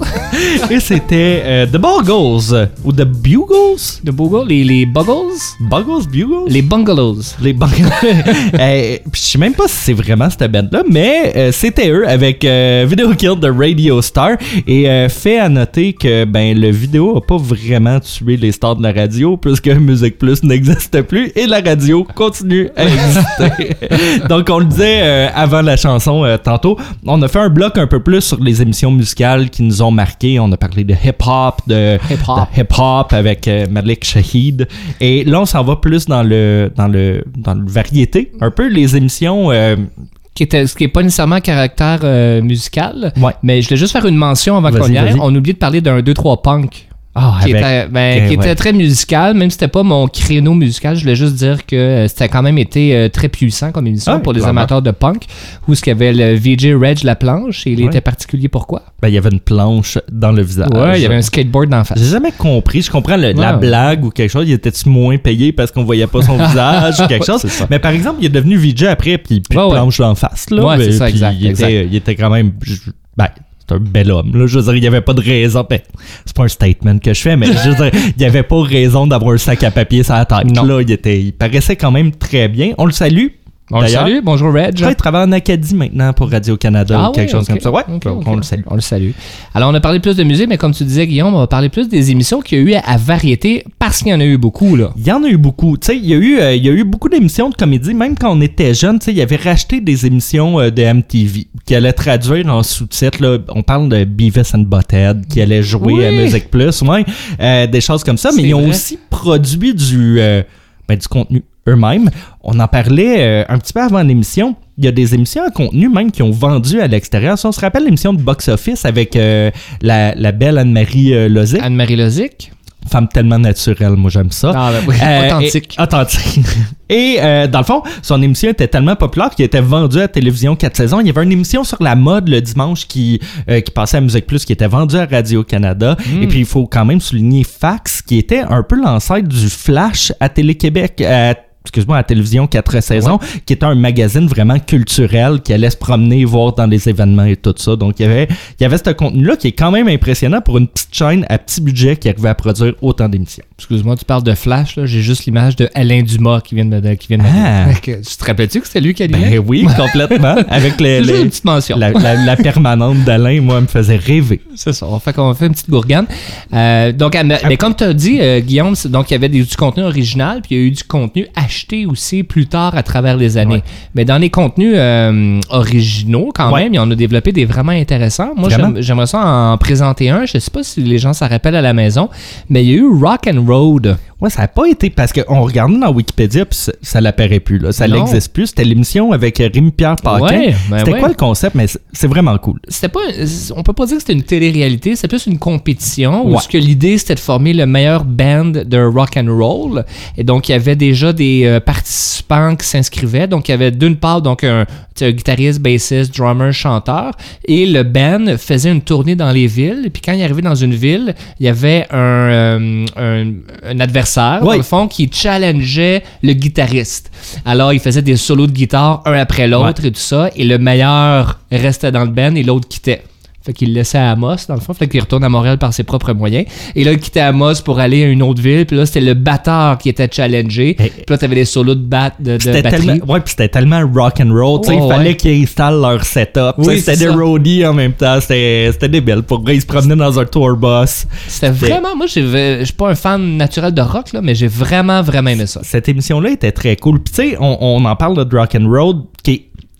oh.
Et c'était euh, The Buggles ou The Bugles.
The Buggles, les, les Buggles,
Buggles, Bugles.
les Bungalows.
Les Buggles. euh, je sais même pas si c'est vraiment cette band-là, mais euh, c'était eux avec euh, Video Kill the Radio Star. Et euh, fait à noter que ben le vidéo a pas vraiment tué les stars de la radio puisque Musique Plus n'existe plus et la radio continue à exister. Donc on le disait euh, avant la chanson euh, tantôt, on a fait un bloc un peu plus sur les émissions musicales qui nous ont marqué. On a parlé de hip-hop, de
Hip-hop.
de hip-hop avec euh, Malik Shahid. Et là, on s'en va plus dans le dans le dans le variété. Un peu les émissions. Euh,
Qui était, ce qui n'est pas nécessairement caractère euh, musical.
Ouais.
Mais je voulais juste faire une mention avant
Vas-y,
qu'on y aille.
vas-y.
On oublie de parler d'un deux trois punk.
Ah,
Qui,
avec-
était, ben,
eh,
qui
ouais.
était très musical, même si c'était pas mon créneau musical, je voulais juste dire que euh, c'était quand même été euh, très puissant comme émission
Ah,
pour les
clairement.
amateurs de punk, où ce qu'il y avait le V J Reg La Planche, et il
Ouais.
était particulier pourquoi?
Ben, il y avait une planche dans le visage.
Ouais, il y avait un skateboard d'en face.
J'ai jamais compris. Je comprends le- la
Ouais.
blague ou quelque chose. Il était-tu moins payé parce qu'on voyait pas son visage ou quelque
Ouais,
chose?
c'est ça.
Mais par exemple, il est devenu V J après, puis puis
Ouais, ouais.
planche d'en face. Là,
Ouais, c'est
Ben,
ça,
puis
exact,
il,
exact.
Était, il était quand même. je- Ben, c'est un bel homme. Là. Je veux dire, il n'y avait pas de raison. Ben, c'est pas un statement que je fais, mais je veux dire, il n'y avait pas raison d'avoir un sac à papier sur la tête.
Non.
Là, il, était, il paraissait quand même très bien. On le salue.
On le
D'ailleurs,
salue, bonjour Reg.
Je crois qu'il travaille en Acadie maintenant pour Radio-Canada
Ah
ou quelque
ouais,
chose
ok.
comme ça. Ouais,
Ok,
donc
ok.
on le salue.
On le salue. Alors, on a parlé plus de musique, mais comme tu disais, Guillaume, on va parler plus des émissions qu'il y a eu à, à variété, parce qu'il y en a eu beaucoup, là.
Il y en a eu beaucoup. Tu sais, il y a eu, euh, il y a eu beaucoup d'émissions de comédie. Même quand on était jeune, tu sais, il avait racheté des émissions euh, de M T V qui allaient traduire en sous-titres. Là. On parle de Beavis and Butthead qui allait jouer
Oui.
à Musique Plus, ouais, euh, des choses comme ça. Mais
C'est
ils ont
vrai.
aussi produit du, euh, ben, du contenu eux-mêmes. On en parlait euh, un petit peu avant l'émission. Il y a des émissions à contenu même qui ont vendu à l'extérieur. Si on se rappelle l'émission de Box Office avec euh, la, la belle Anne-Marie euh, Lozic.
Anne-Marie Lozic.
Femme tellement naturelle, moi j'aime ça.
Ah, ben oui,
Euh,
authentique.
et- authentique. Et euh, dans le fond, son émission était tellement populaire qu'il était vendu à la télévision quatre saisons. Il y avait une émission sur la mode le dimanche qui, euh, qui passait à Musique Plus, qui était vendue à Radio-Canada.
Mm.
Et puis il faut quand même souligner Fax, qui était un peu l'ancêtre du Flash à Télé-Québec. à excuse-moi, à la télévision quatre saisons, qui était un magazine vraiment culturel qui allait se promener, voir dans les événements et tout ça. Donc, il y avait, il y avait ce contenu-là qui est quand même impressionnant pour une petite chaîne à petit budget qui arrivait à produire autant d'émissions.
Excuse-moi, tu parles de Flash, là. J'ai juste l'image de Alain Dumas qui vient de me qui vient de me-
Ah.
Que- Tu te rappelles-tu que c'était lui qui animait?
Ben oui, complètement. Avec les,
C'est juste
les-
une petite mention.
la, la- la permanente d'Alain, moi, me faisait rêver.
C'est ça. On fait qu'on fait une petite bourgane. Euh, donc, à- mais comme tu as dit, euh, Guillaume, c'est- donc il y avait des- du contenu original, puis il y a eu du contenu acheté aussi plus tard à travers les années.
Ouais.
Mais dans les contenus euh, originaux, quand
Ouais.
même, il y en a développé des vraiment intéressants. Moi,
Vraiment?
j'aime- j'aimerais ça en présenter un. Je sais pas si les gens s'en rappellent à la maison, mais il y a eu Rock and Road.
Ouais, ça n'a pas été parce qu'on regardait dans Wikipédia puis ça, ça l'apparaît plus. Là. Ça
Non.
n'existe plus. C'était l'émission avec Rémi-Pierre Paquin.
Ouais, ben
C'était
ouais.
quoi le concept? Mais c'est- c'est vraiment cool.
C'était pas, on peut pas dire que c'était une télé-réalité, c'était plus une compétition où
Ouais.
ce que l'idée c'était de former le meilleur band de rock and roll. Et donc il y avait déjà des euh, participants qui s'inscrivaient. Donc il y avait d'une part donc un, tu sais, un guitariste, bassiste, drummer, chanteur, et le band faisait une tournée dans les villes. Et puis quand il arrivait dans une ville, il y avait un, euh, un, un adversaire dans
Ouais.
le fond qui challengeait le guitariste. Alors il faisait des solos de guitare un après l'autre et tout ça, et le meilleur restait dans le band et l'autre quittait. Fait qu'il le laissait à Amos, dans le fond. Fait qu'il retourne à Montréal par ses propres moyens. Et là, il quittait Amos pour aller à une autre ville. Puis là, c'était le batteur qui était challengé.
Et-
Puis là, t'avais des solos de, bat, de, de
C'était
batterie.
tellement, ouais, puis c'était tellement rock and roll. tu sais,
Oh,
il fallait
ouais.
qu'ils installent leur setup.
Oui,
Tu sais, c'était
c'est
des
ça.
roadies en même temps. C'était c'était débile. Pour vrai, ils se promenaient dans un tour bus.
C'était vraiment... Moi, j'ai- je suis pas un fan naturel de rock, là, mais j'ai vraiment, vraiment aimé ça.
Cette émission-là était très cool. Puis tu sais, on, on en parle de rock and roll qui est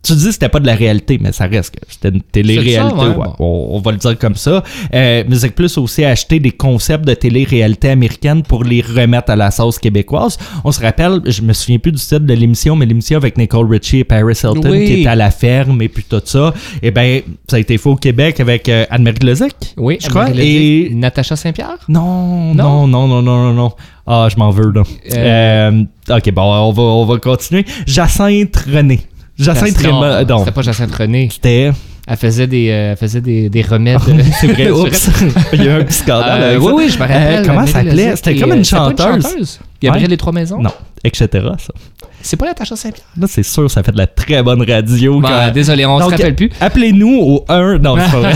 tu dis que c'était pas de la réalité, mais ça reste que c'était une télé-réalité.
Ça, ouais,
ouais.
bon.
on, on va le dire comme ça. Euh, Musique Plus a aussi acheté des concepts de télé-réalité américaine pour les remettre à la sauce québécoise. On se rappelle, je me souviens plus du titre de l'émission, mais l'émission avec Nicole Richie et Paris Hilton
Oui.
qui était à la ferme et puis tout ça. Eh ben, ça a été fait au Québec avec euh, Anne-Marie Lozic.
Oui,
je crois.
Et
Et
Natacha Saint-Pierre?
non,
Non?
non, non, non, non, non, non. Ah, je m'en veux, là.
Euh,
Euh, ok, bon, on va, on va continuer. Jacinthe René. Jacinthe
Non,
René. Non,
c'était pas Jacinthe René.
c'était.
Elle faisait des, euh, elle faisait des, des remèdes.
C'est vrai, oups. Il y a eu un petit scandale.
Euh,
avec
oui,
ça.
oui, je me rappelle.
Euh, comment
Valérie
ça s'appelait?
Lozic
C'était
et,
comme
euh,
une
c'était pas
chanteuse.
chanteuse. Gabrielle
Ouais.
Les Trois Maisons?
Non, et cetera. Ça.
C'est pas Natacha Saint-Pierre?
Là, c'est sûr, ça fait de la très bonne radio.
Bon,
quand-
désolé, on
Donc,
se rappelle plus.
Appelez-nous au un. Non, c'est pas vrai.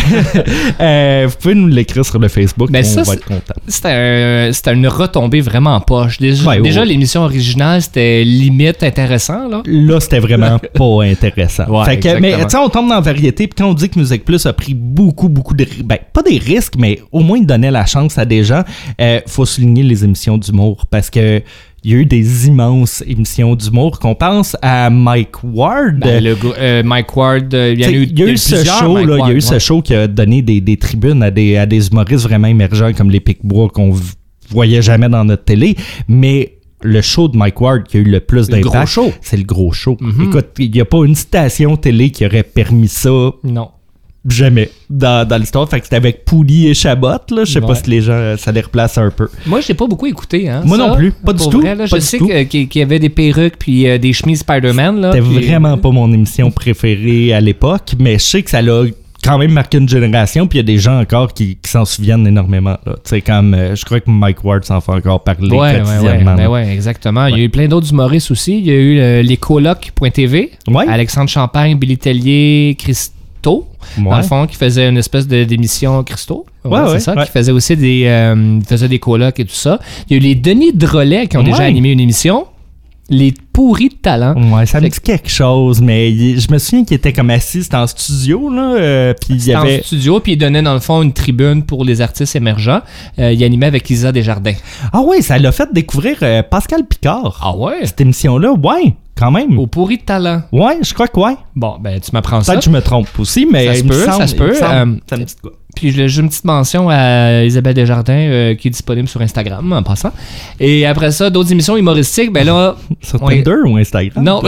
Euh, vous pouvez nous l'écrire sur le Facebook.
Mais
on
ça,
va
c'est-
être content.
C'était un- c'était une retombée vraiment poche. Déjà,
Ouais,
déjà
ouais.
l'émission originale, c'était limite intéressant, là.
Là, c'était vraiment pas intéressant.
Ouais,
Fait que, mais
exactement.
tu sais, on tombe dans la variété, puis quand on dit que Musique Plus a pris beaucoup, beaucoup de... Ben, pas des risques, mais au moins il donnait la chance à des gens, euh, faut souligner les émissions d'humour, parce que il y a eu des immenses émissions d'humour, qu'on pense à Mike Ward.
Ben, le gars- euh, Mike Ward, euh, il y en a
T'sais,
eu,
il y a eu ce
plusieurs
show,
Mike
là, il y a
Ward,
eu ce
ouais.
show qui a donné des, des tribunes à des, à des humoristes vraiment émergents comme les Pic-Bois qu'on v- voyait jamais dans notre télé, mais le show de Mike Ward qui a eu le plus
Le gros
d'impact,
show.
c'est le gros show.
Mhm.
Écoute, il n'y a pas une station télé qui aurait permis ça
Non.
jamais dans, dans l'histoire. Fait que c'était avec Pouli et Chabot, là. Je sais
Ouais.
pas si les gens, ça les replace un peu.
Moi, je l'ai pas beaucoup écouté, hein.
Moi
ça.
non plus, pas du
Pour
tout,
vrai, là,
pas
je
du
sais
tout.
que- qu'il qu'il y avait des perruques puis euh, des chemises Spider-Man, là.
C'était
puis-
vraiment pas mon émission préférée à l'époque, mais je sais que ça l'a quand même marqué une génération, puis il y a des gens encore qui, qui s'en souviennent énormément. Tu sais, comme euh, je crois que Mike Ward s'en fait encore parler
Ouais, ouais, ouais,
quotidiennement.
ben ouais, exactement. Il y a eu plein d'autres humoristes aussi. Il y a eu euh, les colocs point t v,
Ouais.
Alexandre Champagne, Billy Tellier, Christo,
Ouais.
dans le fond, qui faisait une espèce de- d'émission Christo.
Ouais,
c'est
ouais,
ça,
ouais.
qui faisait aussi des, euh, faisait des colocs et tout ça. Il y a eu les Denis Drolet qui ont déjà
Ouais.
animé une émission. Les pourris de talent.
Ouais, ça me
Fait
dit quelque chose, mais il- je me souviens qu'il était comme assis, c'était en studio, là, euh, puis il y
C'était
avait...
en studio, puis il donnait dans le fond une tribune pour les artistes émergents. Euh, il animait avec Lisa Desjardins.
Ah ouais, ça l'a fait découvrir euh, Pascal Picard.
Ah ouais?
Cette émission-là, ouais, quand même.
Au pourri de talent.
Ouais, je crois que ouais.
Bon, ben tu m'apprends ça.
Peut-être que je me trompe aussi, mais
Ça se
il me
peut,
semble-
ça se
il me
peut,
semble-
euh,
ça me dit de quoi.
Puis j'ai j'ai une petite mention à Isabelle Desjardins euh, qui est disponible sur Instagram en passant. Et après ça, d'autres émissions humoristiques, ben là.
Sur
on est-
Tinder ou Instagram?
Non,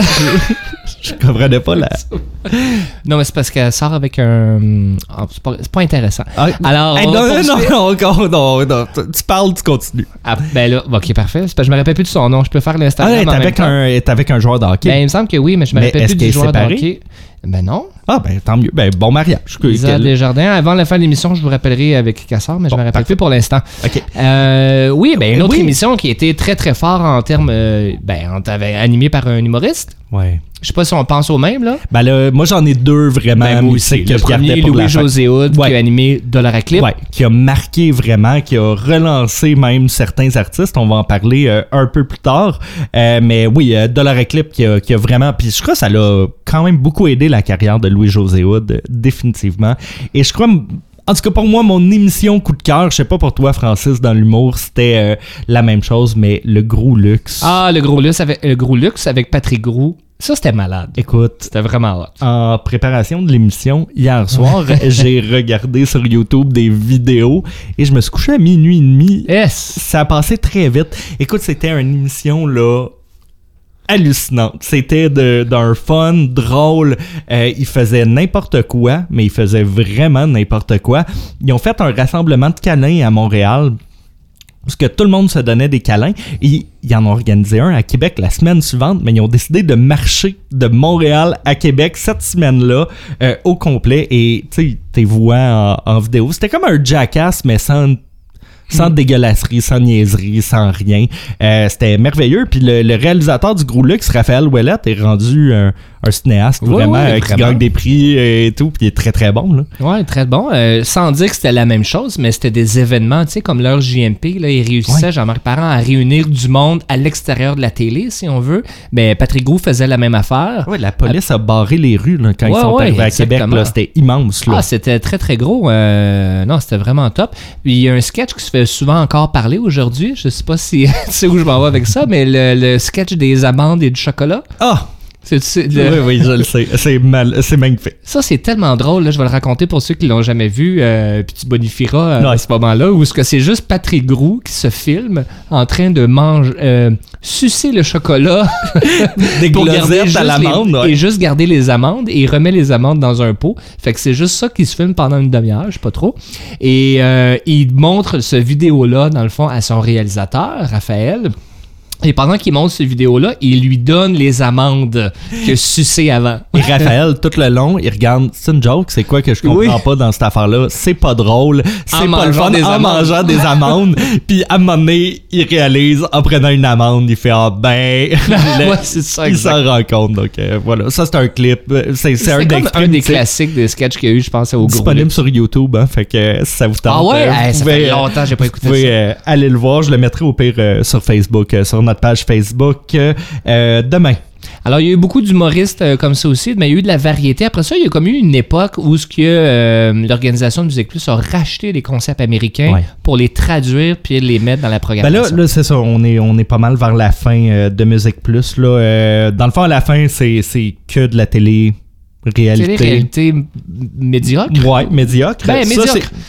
Je comprenais pas la...
non, mais c'est parce qu'elle sort avec un. ah, C'est pas, c'est pas intéressant.
Ah,
Alors,
hey,
on
non,
va
non,
poursuivre.
non, non, non, non, tu- tu parles, tu continues.
Ah, ben là, ok, parfait. C'est parce que je me rappelle plus de son nom. Je peux faire
Ah,
l'Instagram.
elle est
en même
avec
temps.
un, elle est avec un joueur de hockey.
Ben, il me semble que oui, mais je me
Mais
rappelle
est-ce
plus
qu'elle
du
est
joueur de
séparée?
hockey. Ben non.
Ah, ben tant mieux. Ben bon mariage.
Lisa
Quel-
Desjardins. Avant la fin de l'émission, je vous rappellerai avec Cassard, mais je
Bon,
me rappelle
parfait.
plus pour l'instant.
OK.
Euh, oui, ben une
Euh,
autre
oui.
émission qui était très très fort en termes, euh, ben, on t'avait animé par un humoriste.
Ouais.
Je sais pas si on pense au même là.
Ben là, moi j'en ai deux vraiment
Ben, moi
musiques
aussi.
que
Le
je gardais
premier,
pour la fin.
Louis-José Hood,
Ouais.
qui a animé Dollar à Clip.
Ouais, qui a marqué vraiment, qui a relancé même certains artistes. On va en parler euh, un peu plus tard. Euh, mais oui, euh, Dollar Eclipse qui a, qui a vraiment... Puis je crois que ça l'a quand même beaucoup aidé la carrière de Louis-José Hood, euh, définitivement. Et je crois... En tout cas, pour moi, mon émission coup de cœur, je sais pas pour toi, Francis, dans l'humour, c'était euh, la même chose, mais le gros luxe.
Ah, le gros luxe avec, le gros luxe avec Patrick Groux. Ça, c'était malade.
Écoute,
C'était vraiment hot.
en préparation de l'émission, hier soir, j'ai regardé sur YouTube des vidéos et je me suis couché à minuit et demi.
Yes!
Ça a passé très vite. Écoute, c'était une émission, là, hallucinante. C'était de- d'un fun, drôle. Euh, ils faisaient n'importe quoi, mais ils faisaient vraiment n'importe quoi. Ils ont fait un rassemblement de câlins à Montréal parce que tout le monde se donnait des câlins. Et ils en ont organisé un à Québec la semaine suivante, mais ils ont décidé de marcher de Montréal à Québec cette semaine-là euh, au complet. Et tu sais, t'es vois en, en vidéo. C'était comme un Jackass, mais sans... Sans dégueulasserie, sans niaiserie, sans rien. Euh, c'était merveilleux. Puis le, le réalisateur du Gros Luxe, Raphaël Ouellette, est rendu un, un cinéaste
Oui,
vraiment
oui,
euh, qui
vraiment.
gagne des prix et tout. Puis il est très très bon. Là.
Ouais, très bon. Euh, sans dire que c'était la même chose, mais c'était des événements, tu sais, comme l'heure J M P, là, ils réussissaient,
Ouais.
Jean-Marc Parent, à réunir du monde à l'extérieur de la télé, si on veut. Mais Patrick Groux faisait la même affaire.
Ouais, la police a barré les rues là, quand
Ouais,
ils sont
ouais,
arrivés à
exactement.
Québec. Là, c'était immense. Là.
Ah, c'était très très gros. Euh, non, c'était vraiment top. Puis il y a un sketch qui se fait souvent encore parler aujourd'hui. Je sais pas si tu sais où je m'en vais avec ça, mais le, le sketch des amandes et du chocolat.
Ah!
C'est, c'est le...
Oui, oui, je le sais. C'est, mal, c'est magnifique.
Ça, c'est tellement drôle. Là. Je vais le raconter pour ceux qui l'ont jamais vu. Euh, puis tu bonifieras euh, à ce moment-là. Où est-ce que c'est juste Patrick Groux qui se filme en train de manger, euh, sucer le chocolat
des
pour garder
à l'amande.
Les,
ouais.
Et juste garder les amandes. Et il remet les amandes dans un pot. Fait que c'est juste ça qui se filme pendant une demi-heure. Je sais pas trop. Et euh, il montre ce vidéo-là, dans le fond, à son réalisateur, Raphaël. Et pendant qu'il montre cette vidéo-là, il lui donne les amandes qu'il a sucées avant.
Et Raphaël, tout le long, il regarde, c'est une joke, c'est quoi que je comprends oui. pas dans cette affaire-là? C'est pas drôle, c'est
en
pas le fun
des
en
amandes.
mangeant des amandes. Puis à un moment donné, il réalise, en prenant une amande, il fait « Ah ben... »
ouais, c'est ça,
il s'en rend compte. Donc euh, voilà, ça c'est un clip. C'est, c'est,
c'est
un,
comme un des classiques des sketchs qu'il y a eu, je pense, au groupe.
Disponible sur YouTube, hein, fait que si ça vous tente.
Ah ouais?
Euh,
hey, ça
pouvez,
fait longtemps que j'ai pas écouté
vous pouvez,
ça.
Euh, aller le voir, je le mettrai au pire euh, sur Facebook, euh, sur notre page Facebook. Euh, demain.
Alors, il y a eu beaucoup d'humoristes euh, comme ça aussi, mais il y a eu de la variété. Après ça, il y a comme eu une époque où ce que euh, l'organisation de Musique Plus a racheté les concepts américains ouais. pour les traduire puis les mettre dans la programmation.
Ben là, là c'est ça, on est, on est pas mal vers la fin euh, de Musique Plus. Là. Euh, dans le fond, à la fin, c'est, c'est que de la télé réalité.
Télé-réalité médiocre?
Ouais, médiocre.
Ben,
ça,
médiocre.
C'est...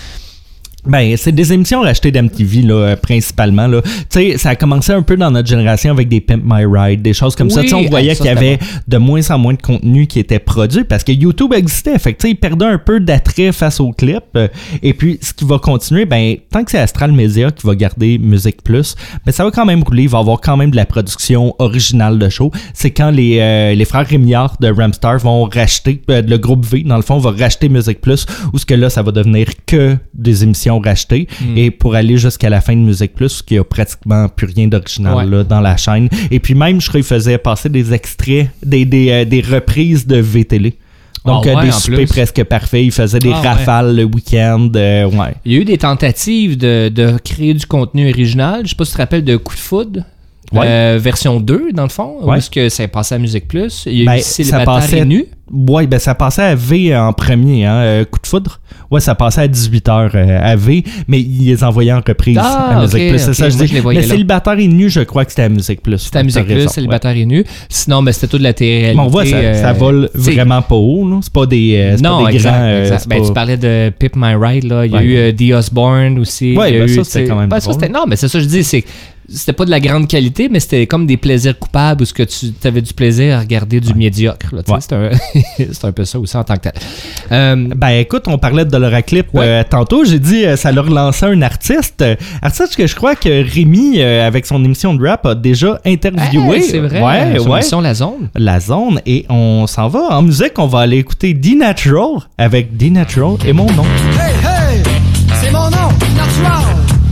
Ben, c'est des émissions rachetées d'M T V, là, principalement, là. Tu sais, ça a commencé un peu dans notre génération avec des Pimp My Ride, des choses comme oui, ça. Tu sais, on voyait ça, qu'il y avait bon. de moins en moins de contenu qui était produit parce que YouTube existait. Fait que, tu sais, il perdait un peu d'attrait face aux clips. Et puis, ce qui va continuer, ben, tant que c'est Astral Media qui va garder Musique Plus, ben, ça va quand même rouler. Il va y avoir quand même de la production originale de show. C'est quand les, euh, les frères Rémillard de Ramstar vont racheter, euh, le groupe V, dans le fond, va racheter Musique Plus, où ce que là, ça va devenir que des émissions racheté mm. et pour aller jusqu'à la fin de Musique Plus, qu'il n'y a pratiquement plus rien d'original ouais. là, dans la chaîne. Et puis même, je crois qu'ils faisaient passer des extraits, des, des, euh, des reprises de V-Télé. Donc, oh, ouais, des soupers presque parfaits. Ils faisaient des ah, rafales ouais. le week-end. Euh, ouais.
Il y a eu des tentatives de, de créer du contenu original. Je ne sais pas si tu te rappelles de Coup de foudre. Ouais. Euh, version deux, dans le fond, ouais. où est-ce que ça passait à Musique Plus. Il y a
ben,
eu Célibataire
passait,
et nu.
Oui, ben ça passait à V en premier, hein, euh, Coup de foudre. Ouais, ça passait à dix-huit heures euh, à V, mais ils les envoyaient en reprise
ah,
à Musique
okay,
Plus. C'est
okay,
ça, je
moi,
dis.
Je
mais Célibataire et nu, je crois que c'était à Musique Plus.
C'était à Musique Plus, raison, Célibataire ouais. et nu. Sinon, ben, c'était toute la télé-réalité.
Bon, on voit, ça, euh, ça vole
c'est...
vraiment pas haut. Là. C'est pas des, euh, c'est
non,
pas des
exact,
grands... Euh,
exact. Ben,
pas...
tu parlais de Pip My Ride, là. Il y a
ouais.
eu euh, The Osborne aussi.
Oui, ben,
eu,
ça, c'était quand même
ben,
drôle.
Ça, c'était... Non, mais c'est ça que je dis, c'est... C'était pas de la grande qualité, mais c'était comme des plaisirs coupables où ce que tu avais du plaisir à regarder du ouais. médiocre. Là, ouais. c'est, un, c'est un peu ça aussi en tant que tel. Euh,
ben écoute, on parlait de Doloraclip ouais. euh, tantôt. J'ai dit euh, ça leur lançait un artiste. Euh, artiste que je crois que Rémi, euh, avec son émission de rap, a déjà interviewé.
Hey, c'est vrai,
ouais,
son
ouais.
émission La Zone.
La Zone. Et on s'en va en musique. On va aller écouter D-Natural avec D-Natural et mon nom.
Hey, hey! C'est mon nom, D-Natural!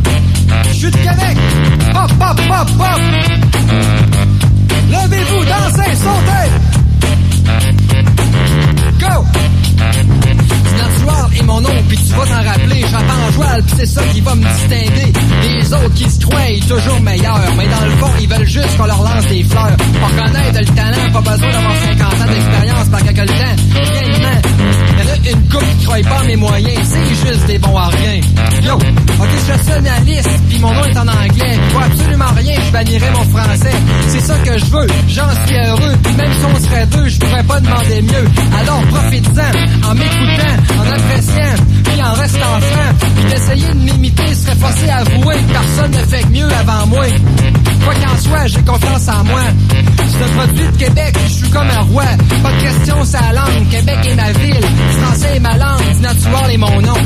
Je suis de Québec! Hop, hop, hop, hop! Levez-vous, dansez, sautez! Go! D-Natural est mon nom, pis tu vas t'en rappeler. J'attends en joual, pis c'est ça qui va me distinguer des autres qui se croient toujours meilleurs. Mais dans le fond, ils veulent juste qu'on leur lance des fleurs. Pour connaître le talent, pas besoin d'avoir cinquante ans d'expérience par que le temps, rien de ment. Y'en a une couple qui croit pas mes moyens, c'est juste des bons à rien. Yo, ok, je suis nationaliste, pis mon nom est en anglais. Pour absolument rien, je bannirais mon français. C'est ça que je veux, j'en suis heureux. Pis même si on serait deux, je pourrais pas demander mieux. Alors profite-en, en m'écoutant, en appréciant, puis en restant franc. Puis d'essayer de m'imiter serait forcé à avouer que personne ne fait que mieux avant moi. Quoi qu'en soit, j'ai confiance en moi. C'est un produit de Québec, je suis comme un roi. Pas de question, c'est la langue. Québec est ma ville, français est ma langue. D-Natural est mon nom.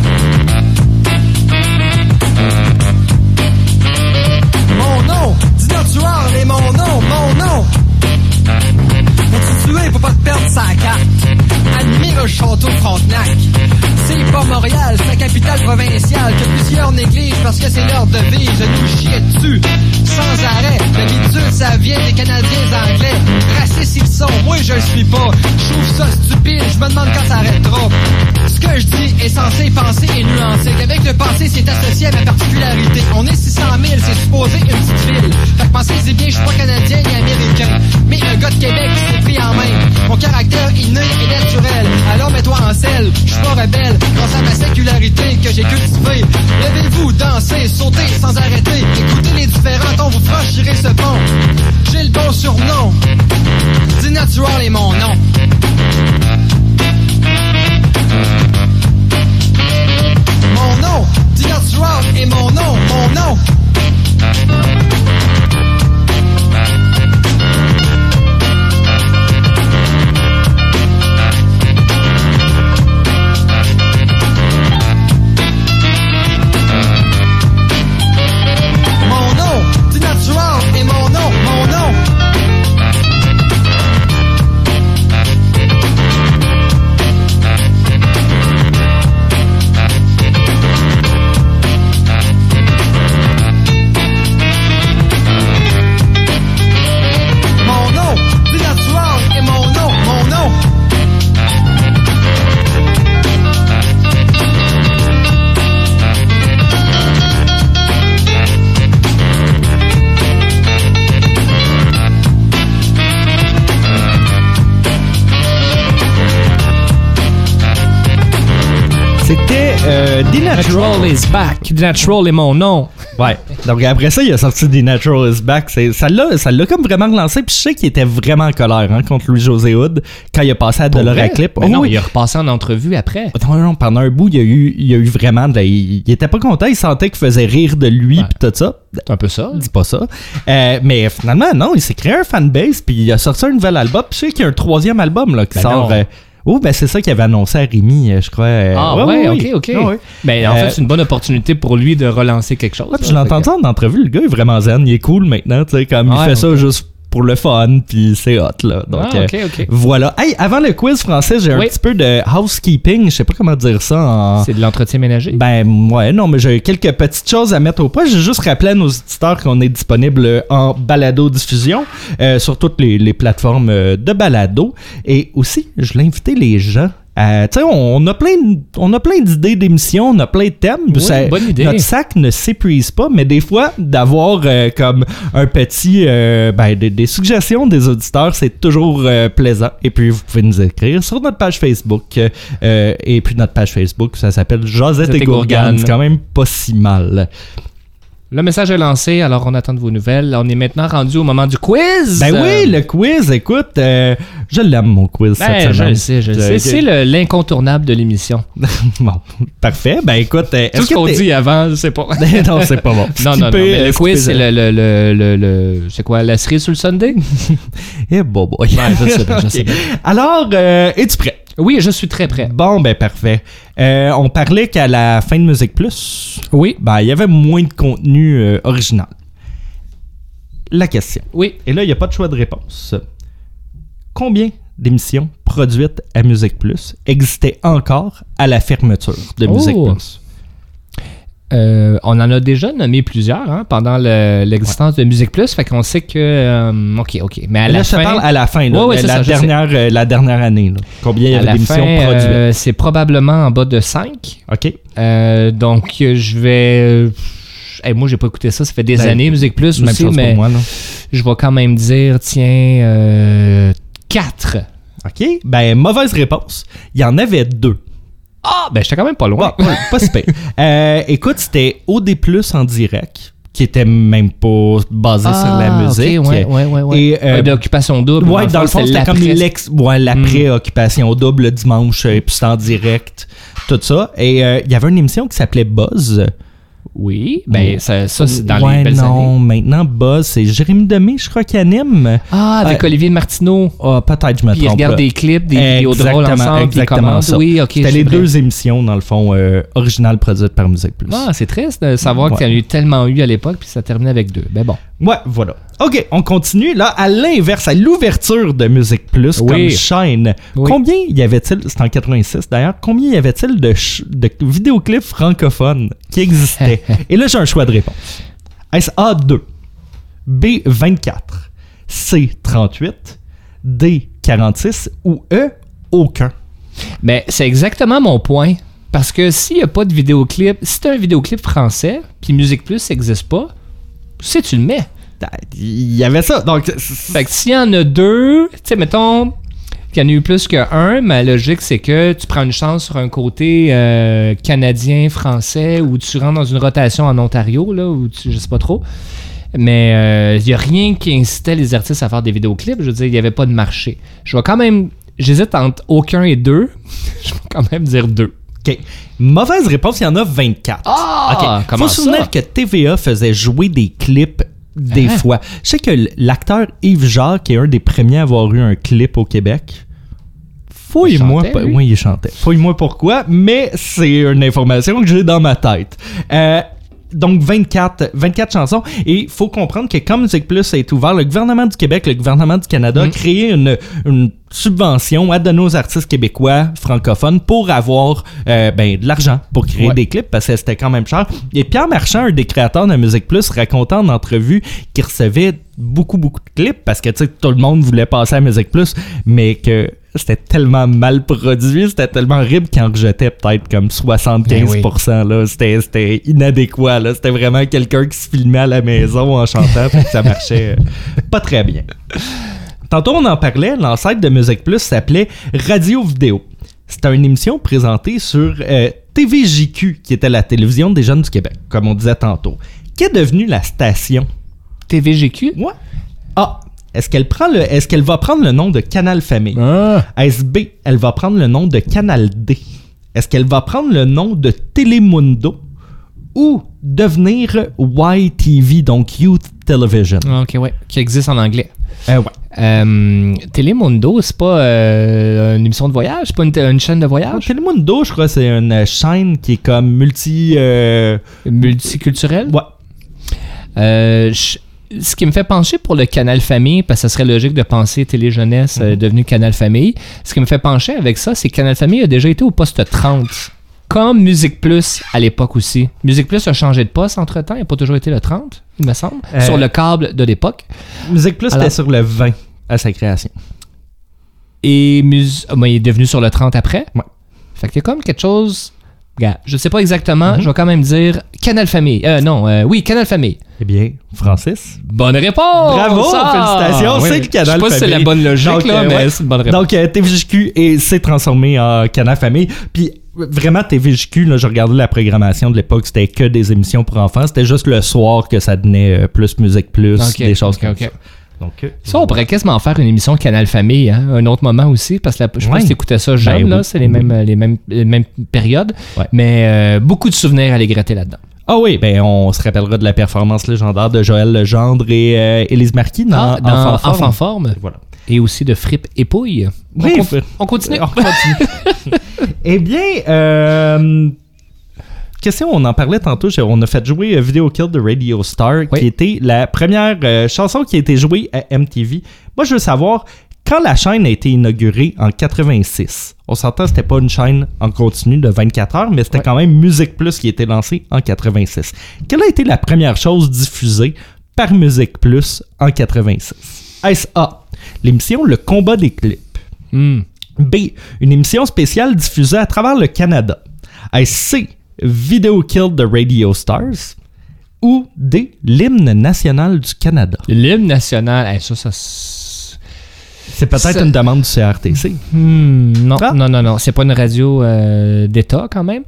Mon nom, D-Natural est mon nom, mon nom. Pour te tuer, faut pas te perdre sa carte. Admire le château Frontenac. C'est pas Montréal, c'est la capitale provinciale que plusieurs négligent parce que c'est leur devise de nous chier dessus. Sans arrêt, d'habitude ça vient des Canadiens anglais. Racistes ils sont, moi je le suis pas. Je trouve ça stupide, je me demande quand ça arrêtera. Ce que je dis est censé penser et nuancer. Qu'avec le passé c'est associé à ma particularité. On est six cent mille, c'est supposé une petite ville. Fait que pensez-y bien, je suis pas Canadien ni Américain. Mais un gars de Québec qui s'est pris en main. Mon caractère inné et naturel. Alors mets-toi en selle, je suis pas rebelle. Grâce à ma sécularité que j'ai cultivé. Levez-vous, dansez, sautez sans arrêter. Écoutez les différents tons, vous franchirez ce pont. J'ai le bon surnom, D-Natural est mon nom. Mon nom, D-Natural est mon nom, mon nom. Et mon nom, mon nom. Mon nom, D-Natural et mon nom, mon nom.
C'était euh, D-Natural.
Natural is back. Natural est mon nom.
Ouais. Donc après ça, il a sorti D-Natural is back. C'est, ça, l'a, ça l'a comme vraiment relancé. Puis je sais qu'il était vraiment en colère hein, contre Louis-José Hood quand il a passé à Dollar Clip.
Mais
oh,
non,
oui.
il est repassé en entrevue après.
Non, non, pendant un bout, il y a eu, il y a eu vraiment de la, il, il était pas content. Il sentait qu'il faisait rire de lui
ouais.
puis tout ça.
C'est un peu ça.
Dis pas ça. Euh, mais finalement, non, il s'est créé un fanbase puis il a sorti un nouvel album. Puis je sais qu'il y a un troisième album là, qui
ben
sort... Euh, oh, ben c'est ça qu'il avait annoncé à Rémi, je crois.
Ah ouais,
ouais,
ouais
oui.
ok, ok.
Ah, ouais.
Ben, en
Euh,
fait, c'est une bonne opportunité pour lui de relancer quelque chose.
Ouais, puis
là,
je l'ai entendu
fait
en entrevue, le gars est vraiment zen, il est cool maintenant, tu sais, comme il
Ouais,
fait ça
ok.
juste pour le fun, puis c'est hot, là. Donc,
Ah, ok, ok.
euh, voilà. Hey, avant le quiz français, j'ai
Oui.
un petit peu de housekeeping, je sais pas comment dire ça en...
que C'est de l'entretien ménager.
Ben, ouais, non, mais j'ai quelques petites choses à mettre au point. J'ai juste rappelé à nos auditeurs qu'on est disponible en balado-diffusion euh, sur toutes les, les plateformes euh, de balado. Et aussi, je l'ai invité les gens. Euh, tu sais, on, on a plein de- on a plein d'idées d'émissions, on a plein de thèmes.
Oui,
Ça-
bonne idée.
Notre sac ne s'épuise pas, mais des fois, d'avoir euh, comme un petit, euh, ben, des, des suggestions des auditeurs, c'est toujours euh, plaisant. Et puis, vous pouvez nous écrire sur notre page Facebook. euh, et puis, notre page Facebook, ça s'appelle Josette
Josette
et
et
Gourgane.
Gourgane.
C'est quand même pas si mal.
Le message est lancé, alors on attend de vos nouvelles. On est maintenant rendu au moment du quiz.
Ben
Euh,
oui, le quiz, écoute, euh, je l'aime mon quiz
Ben,
cette
je
semaine.
le sais, je le sais.
Euh,
C'est le- l'incontournable de l'émission.
Bon, parfait. Ben écoute, euh,
Tout
est-ce
ce
que
qu'on
t'es-
dit avant, je sais pas.
non, c'est pas bon.
Non, non, non.
Skipper,
Mais
euh,
le quiz,
skipper,
c'est le, le, le, le, le- c'est quoi, la cerise sur le Sunday?
Eh, bon, boy.
Ouais, je sais bien, je sais
Ok.
bien.
Alors, euh, es-tu prêt?
Oui, je suis très prêt.
Bon, ben parfait. Euh, on parlait qu'à la fin de Musique Plus,
Oui,
ben il y avait moins de contenu euh, original. La question.
oui.
Et là, il n'y a pas de choix de réponse. Combien d'émissions produites à Musique Plus existaient encore à la fermeture de
Oh.
Musique Plus?
Euh, on en a déjà nommé plusieurs hein, pendant le- l'existence de Musique Plus, fait qu'on sait que... euh, OK, OK. Mais à
là,
la
je te
fin...
parle à la fin, là,
Ouais, ouais,
la,
c'est ça, je
dernière, euh, la dernière année. Là. Combien il y
à
avait
la
d'émissions
fin,
produites?
euh, c'est probablement en bas de cinq.
OK.
Euh, donc, euh, je vais... euh, hey, moi, j'ai pas écouté ça. Ça fait des
Ben,
années, Musique Plus
Même
aussi,
chose
mais
pour moi. Là.
je vais quand même dire, tiens, euh, quatre.
OK. Ben, mauvaise réponse. Il y en avait deux.
Ah, ben, j'étais quand même pas loin.
Bon, ouais, pas si pire. Euh, écoute, c'était O D plus en direct, qui était même pas basé
Ah,
sur la musique.
ok, ouais, ouais, ouais, ouais.
Et, euh,
Ouais, d'occupation double.
Ouais, dans le fond, c'était comme
l'après-
l'ex, ouais, l'après-occupation double le dimanche, et puis c'était en direct, tout ça. Et euh, il y avait une émission qui s'appelait Buzz.
Oui, ben, ça, ça c'est dans
ouais,
les belles
non,
années.
maintenant, Buzz, c'est Jérémy Demé, je crois, qui anime.
Ah, avec
Euh,
Olivier Martineau.
Ah, peut-être, je me
Puis ils
trompe.
regardent
là.
des clips, des vidéos drôles
Exactement,
ensemble, puis ils
exactement
commentent.
ça.
Oui, ok.
C'était
je
les
sais bien.
deux émissions, dans le fond, euh, originales produites par Musique Plus.
Ah, c'est triste de savoir
Ouais.
qu'il y en a eu tellement eu à l'époque, puis ça terminait avec deux. Ben bon.
Ouais, voilà. OK, on continue. Là, à l'inverse, à l'ouverture de Musique Plus
Oui.
comme chaîne,
Oui.
combien y avait-il, c'était en quatre-vingt-six d'ailleurs, combien y avait-il de, ch- de vidéoclips francophones qui existaient? Et là, j'ai un choix de réponse. Est-ce A deux, B vingt-quatre, C trente-huit, D quarante-six ou E aucun?
Mais c'est exactement mon point. Parce que s'il n'y a pas de vidéoclip, si tu as un vidéoclip français, puis Musique Plus n'existe pas, si tu le mets.
Il y avait ça. Donc, c'est-
Fait que s'il y en a deux, tu sais, mettons, qu'il y en a eu plus qu'un. Ma logique, c'est que tu prends une chance sur un côté euh, canadien, français, ou tu rentres dans une rotation en Ontario, là, ou tu, je sais pas trop. Mais il euh, n'y a rien qui incitait les artistes à faire des vidéoclips. Je veux dire, il n'y avait pas de marché. Je vais quand même... J'hésite entre aucun et deux. Je vais quand même dire deux.
OK. Mauvaise réponse, il y en a vingt-quatre.
Ah!
OK.
Comment
Faut se souvenir
ça?
que T V A faisait jouer des clips des
Ah.
fois. Je sais que l'acteur Yves Jacques est un des premiers à avoir eu un clip au Québec. Fouille-moi.
Il chantait,
pas-
lui?
Oui, il chantait. Fouille-moi pourquoi, mais c'est une information que j'ai dans ma tête. Euh, donc, vingt-quatre, vingt-quatre chansons. Et il faut comprendre que quand Musique Plus est ouvert, le gouvernement du Québec, le gouvernement du Canada a créé une, une subvention à donner aux artistes québécois francophones pour avoir euh, ben, de l'argent pour créer
Ouais.
des clips parce que c'était quand même cher. Et Pierre Marchand, un des créateurs de Musique Plus, racontait en entrevue qu'il recevait beaucoup, beaucoup de clips parce que tu sais, tout le monde voulait passer à Musique Plus, mais que c'était tellement mal produit, c'était tellement horrible qu'il en rejetait peut-être comme soixante-quinze pour cent. Là. C'était, c'était inadéquat. Là. C'était vraiment quelqu'un qui se filmait à la maison en chantant, fait que ça marchait euh, pas très bien. Tantôt, on en parlait, l'ancêtre de Musique Plus s'appelait Radio Vidéo. C'était une émission présentée sur euh, T V J Q, qui était la télévision des jeunes du Québec, comme on disait tantôt. Qui est devenue la station?
T V G Q?
Ouais. A. Est-ce qu'elle prend le, est-ce qu'elle va prendre le nom de Canal Famille?
Ah.
Est-ce B. Elle va prendre le nom de Canal D? Est-ce qu'elle va prendre le nom de Telemundo? Ou devenir Y T V, donc Youth Television?
OK, ouais. Qui existe en anglais.
Euh, ouais.
Euh, Telemundo, c'est pas euh, une émission de voyage? C'est pas une, une chaîne de
Ah,
voyage?
Telemundo, je crois, c'est une chaîne qui est comme multi... euh,
Multiculturelle?
Ouais.
Euh, je- ce qui me fait pencher pour le Canal Famille, parce que ça serait logique de penser Télé-Jeunesse euh, devenu Canal Famille, ce qui me fait pencher avec ça, c'est que Canal Famille a déjà été au poste trente. Comme Musique Plus à l'époque aussi. Musique Plus a changé de poste entre-temps, il n'a pas toujours été le trente, il me semble,
Euh,
sur le câble de l'époque.
Musique Plus
Alors-
était sur le vingt à sa création.
Et mus- ah, ben, il est devenu sur le trente après.
Ouais.
Fait qu'il y a comme quelque chose... Regarde, je sais pas exactement,
Mhm.
je vais quand même dire Canal Famille. Euh, non, euh, oui, Canal Famille.
Eh bien, Francis.
Bonne réponse!
Bravo,
Ah!
félicitations,
Oui,
c'est
oui.
le Canal
Je sais pas si c'est
Famille.
la bonne logique,
Donc,
là,
euh,
mais
ouais.
c'est une bonne réponse.
Donc, euh, T V J Q est- s'est transformé en Canal Famille. Puis, euh, vraiment, T V J Q, là, je regardais la programmation de l'époque, c'était que des émissions pour enfants. C'était juste le soir que ça donnait euh, plus Musique Plus,
Ok,
des choses
ok,
comme
ok.
ça. Donc, euh,
Ça, on pourrait quasiment faire une émission Canal Famille, hein, un autre moment aussi, parce que la- je sais
Ouais.
pas si t'écoutais ça jeune,
Ben
là,
oui.
c'est les mêmes, les, mêmes, les mêmes périodes,
Ouais.
mais euh, beaucoup de souvenirs à les gratter là-dedans.
Ah oui, ben on se rappellera de la performance légendaire de Joël Legendre et euh, Élise Marquis dans,
Ah, dans
Enfant Forme.
Enfant Forme,
Voilà.
et aussi de Frippe et Pouille. On,
Oui,
con-
f-
on continue.
On continue. Eh bien, euh, question, on en parlait tantôt, j'ai- on a fait jouer euh, Video Kill de Radio Star,
Oui.
qui était la première euh, chanson qui a été jouée à M T V. Moi, je veux savoir, quand la chaîne a été inaugurée en quatre-vingt-six, on s'entend, c'était pas une chaîne en continu de vingt-quatre heures, mais c'était
Ouais.
quand même Musique Plus qui a été lancée en quatre-vingt-six. Quelle a été la première chose diffusée par Musique Plus en quatre-vingt-six? Est-ce A, l'émission Le Combat des clips?
Hmm.
B, une émission spéciale diffusée à travers le Canada? Est-ce C, Video Kill de Radio Stars? Ou D, l'hymne national du Canada?
L'hymne national, hey, ça, ça... c'est-
C'est peut-être
Ça-
une demande du C R T C.
Hmm, non,
Ah.
non, non, non. C'est pas une radio euh, d'État quand même.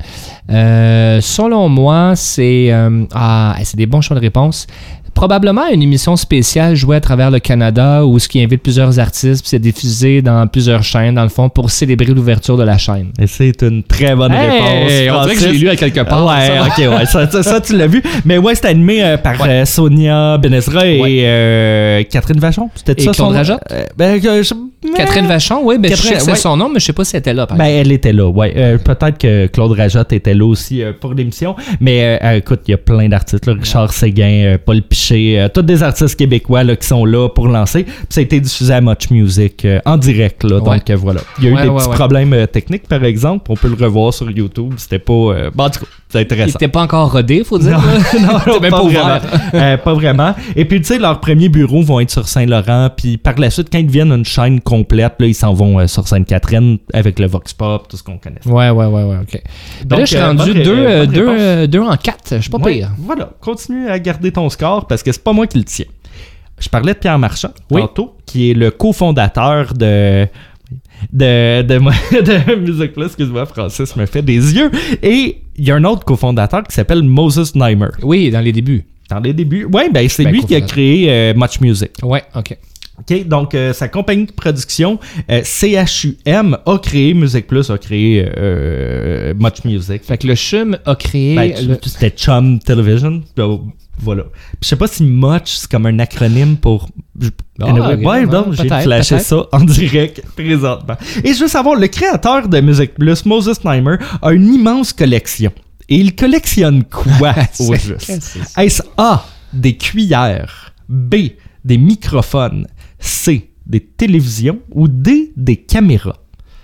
Euh, selon moi, c'est euh, ah, c'est des bons choix de réponse. Probablement une émission spéciale jouée à travers le Canada où ce qui invite plusieurs artistes, puis c'est diffusé dans plusieurs chaînes dans le fond pour célébrer l'ouverture de la chaîne.
Et c'est une très bonne
Hey,
réponse.
on dirait que
Francis.
je l'ai lu à quelque part.
Ouais,
ça.
ok, ouais, ça, ça, ça, tu l'as vu. Mais ouais, c'était animé euh, par
Ouais.
euh, Sonia Benezra et
Ouais.
euh, Catherine Vachon. C'était
Et
ça
Claude
son nom?
Rajotte?
Euh, ben, euh, je-
Catherine Vachon, oui, ben, je
Catherine,
sais que c'est
ouais.
son nom, mais je sais pas si elle était là. Par
Ben,
exemple.
elle était là, ouais. Euh, peut-être que Claude Rajotte était là aussi euh, pour l'émission. Mais euh, euh, écoute, il y a plein d'artistes, là. Richard Séguin, euh, Paul Piché, euh, tous des artistes québécois là, qui sont là pour lancer. Puis ça a été diffusé à Much Music euh, en direct, là.
Ouais.
Donc euh, voilà. Il y a eu
Ouais,
des
ouais,
petits
ouais.
problèmes euh, techniques, par exemple. On peut le revoir sur YouTube. C'était pas. Euh... Bon, en tout cas, c'est
Il
intéressant.
était pas encore rodé, faut dire.
Non,
là.
non,
C'était
non,
même
pas,
pas
vraiment.
ouvert.
Euh, pas vraiment. Et puis, tu sais, leurs premiers bureaux vont être sur Saint-Laurent. Puis par la suite, quand ils deviennent une chaîne complète, là, ils s'en vont euh, sur Sainte-Catherine avec le Vox Pop, tout ce qu'on connaît.
Ouais, ouais, ouais, ouais, ok. Ben là, je suis
euh,
rendu
bonne-
deux,
euh,
euh,
bonne
deux,
réponse.
euh, deux en quatre. Je suis pas
Ouais,
pire.
Voilà, continue à garder ton score parce que c'est pas moi qui le tiens. Je parlais de Pierre Marchand
Oui.
tantôt, qui est le cofondateur de de, de, de Musique Plus, excuse-moi, Francis me fait des yeux. Et il y a un autre cofondateur qui s'appelle Moses Neimer.
Oui, dans les débuts.
Dans les débuts. Oui, ben c'est
Ben,
lui qui a créé euh, Much Music.
Ouais, OK.
OK, donc euh, sa compagnie de production, euh, C H U M, a créé Musique Plus, a créé euh, Much Music.
Fait que le C H U M a créé...
Ben,
le...
C'était Chum Television. Donc, voilà. Puis, je sais pas si Much, c'est comme un acronyme pour...
Ah,
anyway,
ok,
ouais,
ouais,
donc, j'ai
peut-être,
flashé
peut-être.
ça en direct présentement. Et je veux savoir, le créateur de Musique Plus, Moses Neimer, a une immense collection. Et il collectionne quoi au
C'est-
juste?
c'est-
Est-ce A, des cuillères, B, des microphones, C, des télévisions ou D, des caméras?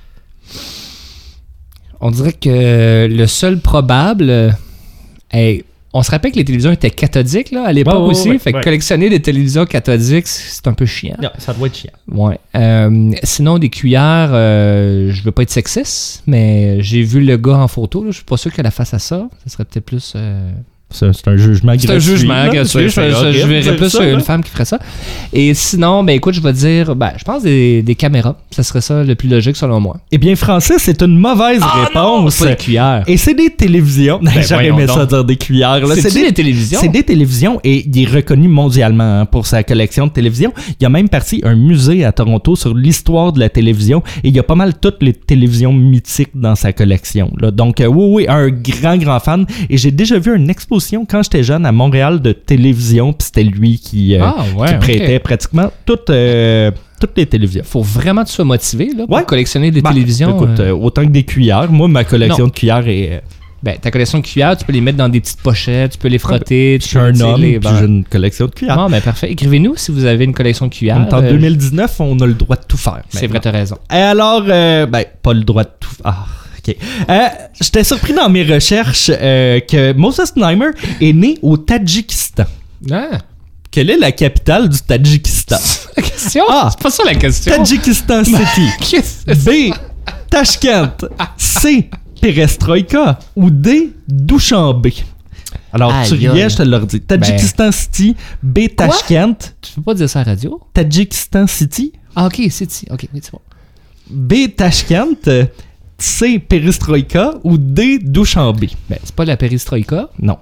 On dirait que le seul probable... euh, hey, on se rappelle que les télévisions étaient cathodiques là, à l'époque
Ouais, ouais,
aussi.
ouais,
fait que
ouais.
collectionner des télévisions cathodiques, c'est un peu chiant.
Non, ça doit être chiant.
Ouais. Euh, sinon, des cuillères, euh, je veux pas être sexiste, mais j'ai vu le gars en photo. Là, je suis pas sûr qu'elle a face à ça. Ça serait peut-être plus... euh,
C'est, c'est un jugement gratuit.
C'est un jugement
là.
gratuit.
C'est-
Je,
c'est
je-
horrible
je
de
verrais
dire
plus
ça,
une
là.
femme qui ferait ça. Et sinon, ben écoute, je vais dire, ben, je pense des, des caméras. Ça serait ça le plus logique selon moi.
Eh bien, Francis, c'est une mauvaise réponse.
C'est pas des cuillères.
Et c'est des télévisions. J'aurais
voyons
aimé
donc.
ça dire des cuillères. là.
C'est-tu
des,
des télévisions?
C'est des télévisions et il est reconnu mondialement hein, pour sa collection de télévisions. Il y a même parti un musée à Toronto sur l'histoire de la télévision et il y a pas mal toutes les télévisions mythiques dans sa collection. Là. Donc, euh, oui, oui, un grand, grand fan. Et j'ai déjà vu une exposition quand j'étais jeune à Montréal de télévision, puis c'était lui qui, euh,
Ah, ouais,
qui
ok.
prêtait pratiquement toutes, euh, toutes les télévisions.
Faut vraiment que tu sois motivé là, pour
Ouais.
collectionner des
Ben,
télévisions.
Écoute,
euh,
euh, autant que des cuillères. Moi, ma collection
Non.
de cuillères est... euh,
ben, ta collection de cuillères, tu peux les mettre dans des petites pochettes, tu peux les frotter.
Je
tu
suis
peux
un
les-
homme,
les-
puis
ben-
j'ai une collection de cuillères.
Ah, ben parfait. Écrivez-nous si vous avez une collection de cuillères.
En
Euh,
deux mille dix-neuf, on a le droit de tout faire.
C'est vrai,
maintenant.
t'as raison.
Et alors, euh, ben, pas le droit de tout faire. Ah, ok. Euh, J'étais surpris dans mes recherches euh, que Moses Neimer est né au Tadjikistan.
Ah,
Quelle est la capitale du Tadjikistan?
la question?
Ah.
C'est pas ça la question.
Tadjikistan City.
Qu'est-ce que c'est?
B. Tashkent. C. Perestroïka. Ou D. Dushanbe. Alors, tu
Aïe,
riais,
aïe.
je te le redis. Tadjikistan City. B. Tashkent.
Tu peux pas dire ça à la radio?
Tadjikistan City.
Ah, ok, c'est ok, oui, c'est bon.
B. Tashkent. C. Perestroïka. Ou D. Dushanbe.
Ben, c'est pas la péristroïka.
Non.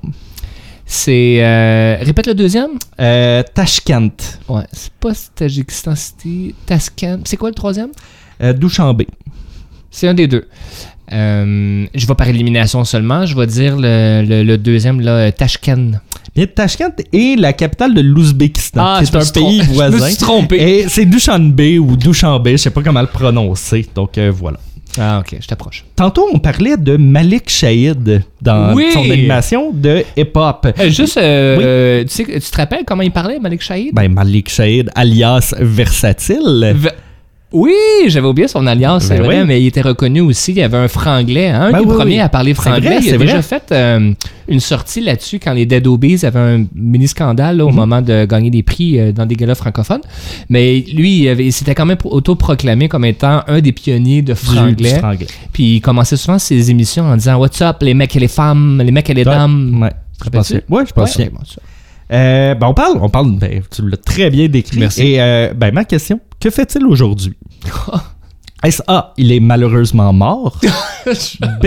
C'est. euh, Répète le deuxième?
Euh, Tashkent.
Ouais, c'est pas Tajikistan City. Tashkent. C'est quoi le troisième?
Euh, Dushanbe.
C'est un des deux. Euh, je vais par élimination seulement. Je vais dire le, le, le deuxième, là, Tashkent.
Bien, Tashkent est la capitale de l'Ouzbékistan,
Ah,
qui
je
est
me
un
suis
pays
trom-
voisin.
je me suis trompé.
Et c'est Dushanbe ou Dushanbe, je sais pas comment le prononcer. Donc euh, voilà.
Ah, ok, je t'approche.
Tantôt, on parlait de Malik Shahid dans
Oui.
son animation de hip-hop.
Euh, juste, euh,
Oui.
euh, tu sais, tu te rappelles comment il parlait, Malik Shahid?
Ben, Malik Shahid, alias Versatile.
V- Oui, j'avais oublié son alliance, c'est
Ben
vrai,
oui.
mais il était reconnu aussi. Il y avait un franglais, hein, un
Ben
des
oui,
premiers
oui.
à parler
C'est
franglais.
vrai,
il a
c'est
déjà
vrai.
fait euh, une sortie là-dessus quand les Dead Obies avaient un mini scandale là, au
Mhm.
moment de gagner des prix euh, dans des galas francophones. Mais lui, il, avait- il s'était quand même autoproclamé comme étant un des pionniers de
Du- du
franglais.
franglais.
Puis il commençait souvent ses émissions en disant What's up, les mecs et les femmes, les mecs et les dames.
Ouais,
Te
je pense
rappelles-tu?
que- ouais, je pense
Ouais,
que-
ok, bon, ça.
Euh, ben, on parle, on parle, ben, tu l'as très bien décrit.
Merci.
Et euh, ben, ma question, que fait-il aujourd'hui? Est-ce A, il est malheureusement mort? B,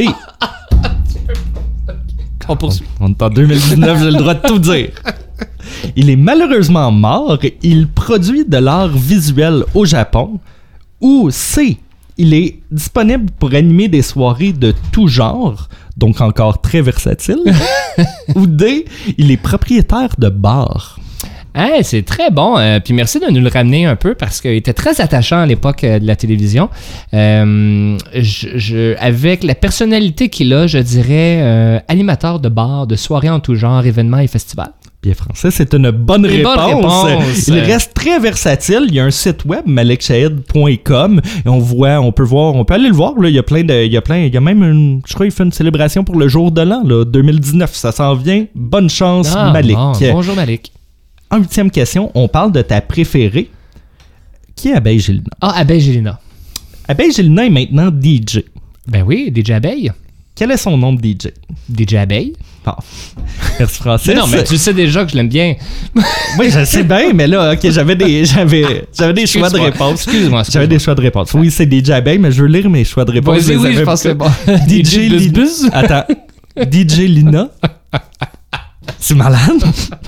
On poursuit.
on est en deux mille dix-neuf, j'ai le droit de tout dire. Il est malheureusement mort, il produit de l'art visuel au Japon. Ou C, il est disponible pour animer des soirées de tout genre, donc encore très versatile. Ou D, il est propriétaire de bar.
Hey, c'est très bon. Euh, puis merci de nous le ramener un peu parce qu'il était très attachant à l'époque euh, de la télévision. Euh, je, je- avec la personnalité qu'il a, je dirais euh, animateur de bar, de soirées en tout genre, événements et festivals.
Bien français, c'est une bonne
Une
réponse.
bonne réponse.
Il reste très versatile. Il y a un site web, malik shahid point com, et on voit, on peut voir, on peut aller le voir. Là. Il y a plein de, il y a plein, il y a même une, je crois, il fait une célébration pour le jour de l'an, là, deux mille dix-neuf. Ça s'en vient. Bonne chance,
Ah,
Malik.
bon, bonjour Malik.
En huitième question, on parle de ta préférée, qui est Abeille Gélina.
Ah, Abeille Gélina.
Abeille Gélina est maintenant D J.
Ben oui, D J Abeille.
Quel est son nom de D J?
D J Abeille.
Bon. Merci, Francis.
Non, mais tu sais déjà que je l'aime bien.
Oui, je sais bien, mais là, OK, j'avais des, j'avais, j'avais des choix de réponse.
Excuse-moi. excuse-moi.
J'avais des choix de réponse. Oui, c'est D J Abeille, mais je veux lire mes choix de réponse.
Vas-y, oui,
les
je
avais
pense que c'est
pas.
bon.
D J Lina. Attends. D J Lina. C'est malade.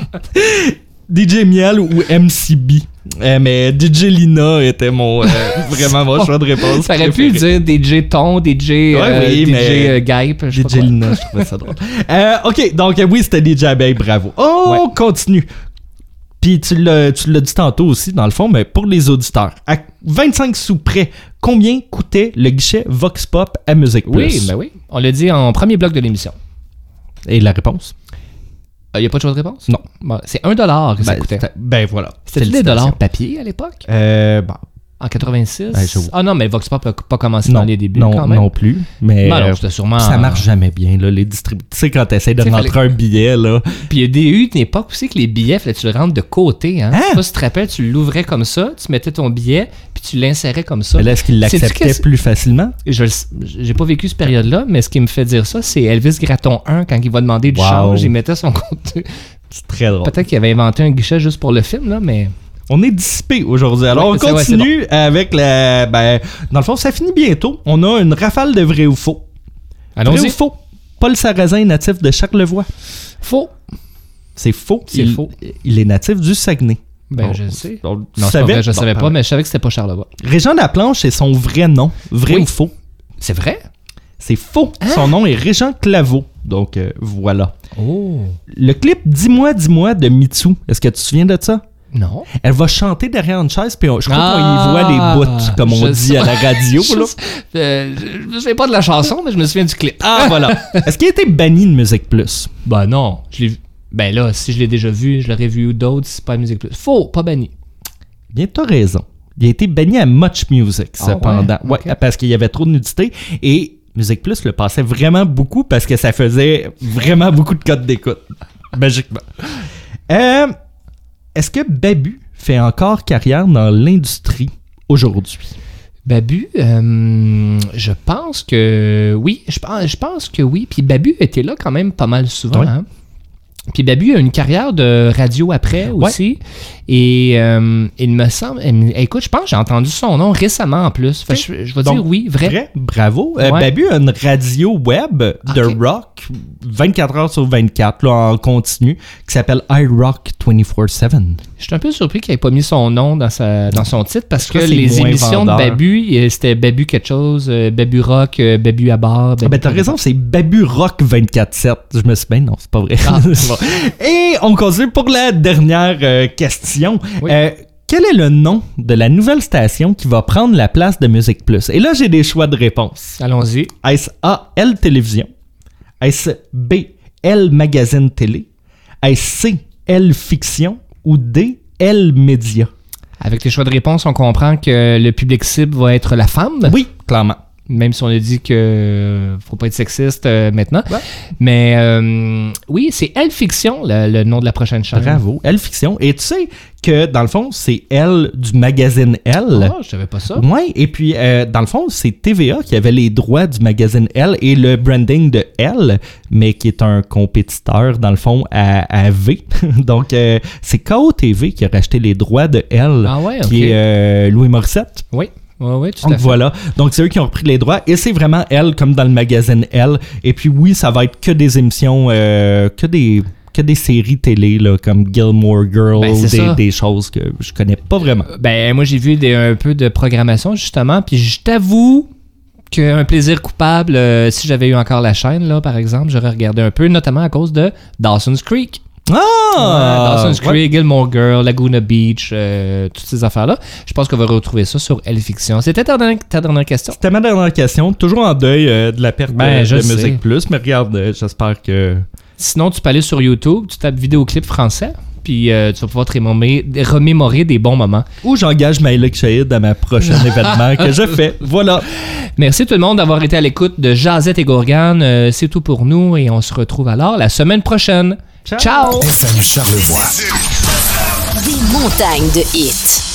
D J Miel ou M C B. Euh, mais D J Lina était mon euh, vraiment mon choix de réponse.
Ça aurait pu dire D J Ton, D J,
Ouais,
euh,
oui,
D J
mais-
euh, Gype. je sais
D
pas
J
quoi.
Lina, je trouvais ça drôle. Euh, OK, donc euh, oui, c'était D J Abeille, bravo. On
Ouais.
continue. Puis tu l'as, tu l'as dit tantôt aussi, dans le fond, mais pour les auditeurs, à vingt-cinq sous près, combien coûtait le guichet Vox Pop à Musique Plus?
Oui, ben oui. On l'a dit en premier bloc de l'émission.
Et la réponse?
Il n'y a pas de choix de réponse?
Non.
Bon, c'est un dollar que ça
Ben,
coûtait.
c'était- ben voilà.
C'était des
Félicitations.
dollars papier à l'époque?
Euh, bon,
En quatre-vingt-six?
Ben, je-
Ah non, mais Vox Pop n'a pas commencé
non,
dans les débuts
non,
quand même.
non plus. Mais
Ben non,
euh,
c'était sûrement...
ça marche jamais bien, là, les distributeurs. Tu sais, quand tu essaies de
T'sais,
rentrer
fallait-
un billet, là.
Puis il y a des eu une époque aussi que les billets, fallait que tu le rentres de côté. Hein?
Hein?
Je sais pas si tu te rappelles, tu l'ouvrais comme ça, tu mettais ton billet, puis tu l'insérais comme ça.
Mais là, est-ce qu'ils
Sais-tu
l'acceptaient
qu'est-ce-
plus facilement?
Je le- j'ai pas vécu cette période-là, mais ce qui me fait dire ça, c'est Elvis Gratton un, quand il va demander du
Wow.
change, il mettait son compte.
C'est très drôle.
Peut-être qu'il avait inventé un guichet juste pour le film, là, mais...
On est dissipé aujourd'hui. Alors,
Ouais,
on
c'est vrai,
continue avec la... Ben, dans le fond, ça finit bientôt. On a une rafale de vrai ou faux. Vrai
Allons-y.
ou faux? Paul Sarrazin, natif de Charlevoix.
Faux.
C'est faux.
C'est
il,
faux.
Il est natif du Saguenay.
Ben,
Bon,
je le sais.
on- tu
Non, c'est pas
savais?
vrai, je
Bon,
savais pas,
pardon.
mais je savais que c'était pas Charlevoix.
Régent Laplanche, c'est son vrai nom. Vrai
Oui.
ou faux?
C'est vrai?
C'est faux. Son nom est Régent Claveau. Donc, euh, voilà.
Oh.
Le clip Dis-moi, dis-moi de Mitsu, est-ce que tu te souviens de ça?
Non.
Elle va chanter derrière une chaise, puis on- je crois
Ah,
qu'on y voit les bouts, comme on
je
dit
sais.
à la radio.
Je,
là.
euh, je, je me souviens pas de la chanson, mais je me souviens du clip.
Ah, voilà. Est-ce qu'il a été banni de Musique Plus?
Ben non. Je l'ai vu. Ben là, si je l'ai déjà vu, je l'aurais vu d'autres, c'est pas Musique Plus. Faux, pas banni.
Bien, t'as raison. Il a été banni à Much Music,
Ah,
cependant.
ouais?
Ouais,
Ok.
parce qu'il y avait trop de nudité. Et Musique Plus le passait vraiment beaucoup parce que ça faisait vraiment beaucoup de codes d'écoute. Magiquement. Euh, est-ce que Babu fait encore carrière dans l'industrie aujourd'hui?
Babu, euh, je pense que oui. Je pense, je pense que oui. Puis Babu était là quand même pas mal souvent.
Ouais.
Hein? Puis Babu a une carrière de radio après aussi. Et euh, il me semble... Écoute, je pense que j'ai entendu son nom récemment en plus. Fait que je, je vais
Donc,
dire oui, vrai.
Vrai? Bravo. Euh,
Ouais.
Babu a une radio web de
Ok.
rock vingt-quatre heures sur vingt-quatre là, en continu qui s'appelle iRock vingt-quatre sept.
Je suis un peu surpris qu'il n'ait pas mis son nom dans, sa, dans son titre parce
Je
que
crois que c'est
les
moins
émissions
vendeur.
de Babu, euh, c'était Babu quelque chose, euh, Babu Rock, euh, Babu à bar.
Ah
Babu
ben t'as raison, c'est Babu Rock vingt-quatre sept. Je me suis dit, ben non, c'est pas vrai.
Ah,
Et on continue pour la dernière euh, question.
Oui.
Euh, quel est le nom de la nouvelle station qui va prendre la place de Musique Plus? Et là, j'ai des choix de réponse.
Allons-y.
Est-ce A, L Télévision? Est-ce B, L Magazine Télé? Est-ce C, L Fiction? Ou D, L Média?
Avec les choix de réponse, on comprend que le public cible va être la femme.
Oui, clairement.
Même si on a dit que euh, faut pas être sexiste euh, maintenant.
Ouais.
Mais euh, oui, c'est Elle Fiction, le, le nom de la prochaine chaîne.
Bravo. L Fiction. Et tu sais que, dans le fond, c'est L du magazine Elle.
Ah, je savais pas ça.
Oui, et puis euh, dans le fond, c'est T V A qui avait les droits du magazine Elle et le branding de Elle, mais qui est un compétiteur, dans le fond, à, à V. Donc, euh, c'est K O T V qui a racheté les droits de Elle,
Ah ouais, ok.
qui est euh, Louis Morissette.
Oui, oui, oui, tout à
Donc
fait.
voilà, donc c'est eux qui ont repris les droits et c'est vraiment Elle comme dans le magazine Elle. Et puis oui, ça va être que des émissions, euh, que des que des séries télé là, comme Gilmore Girls,
Ben, c'est
des,
ça.
des choses que je connais pas vraiment.
Ben, moi, j'ai vu des, un peu de programmation, justement, puis je t'avoue qu'un plaisir coupable, euh, si j'avais eu encore la chaîne, là, par exemple, j'aurais regardé un peu, notamment à cause de Dawson's Creek.
Ah!
Ouais, Dawson's
Ouais.
Creek, Gilmore Girl, Laguna Beach, euh, toutes ces affaires-là. Je pense qu'on va retrouver ça sur Elle Fiction. C'était ta dernière, ta dernière question?
C'était ma dernière question. Toujours en deuil euh, de la perte
Ben,
de,
je
de
sais.
Musique Plus, mais regarde, euh, j'espère que...
Sinon, tu peux aller sur YouTube, tu tapes vidéoclip français, puis euh, tu vas pouvoir te remémorer, remémorer des bons moments.
Ou j'engage Maïlik Shahid à ma prochaine événement que je fais. Voilà.
Merci tout le monde d'avoir été à l'écoute de Jazette et Gourgane. Euh, c'est tout pour nous et on se retrouve alors la semaine prochaine.
Ciao.
Ciao!
F M Charlevoix.
Des montagnes de hits.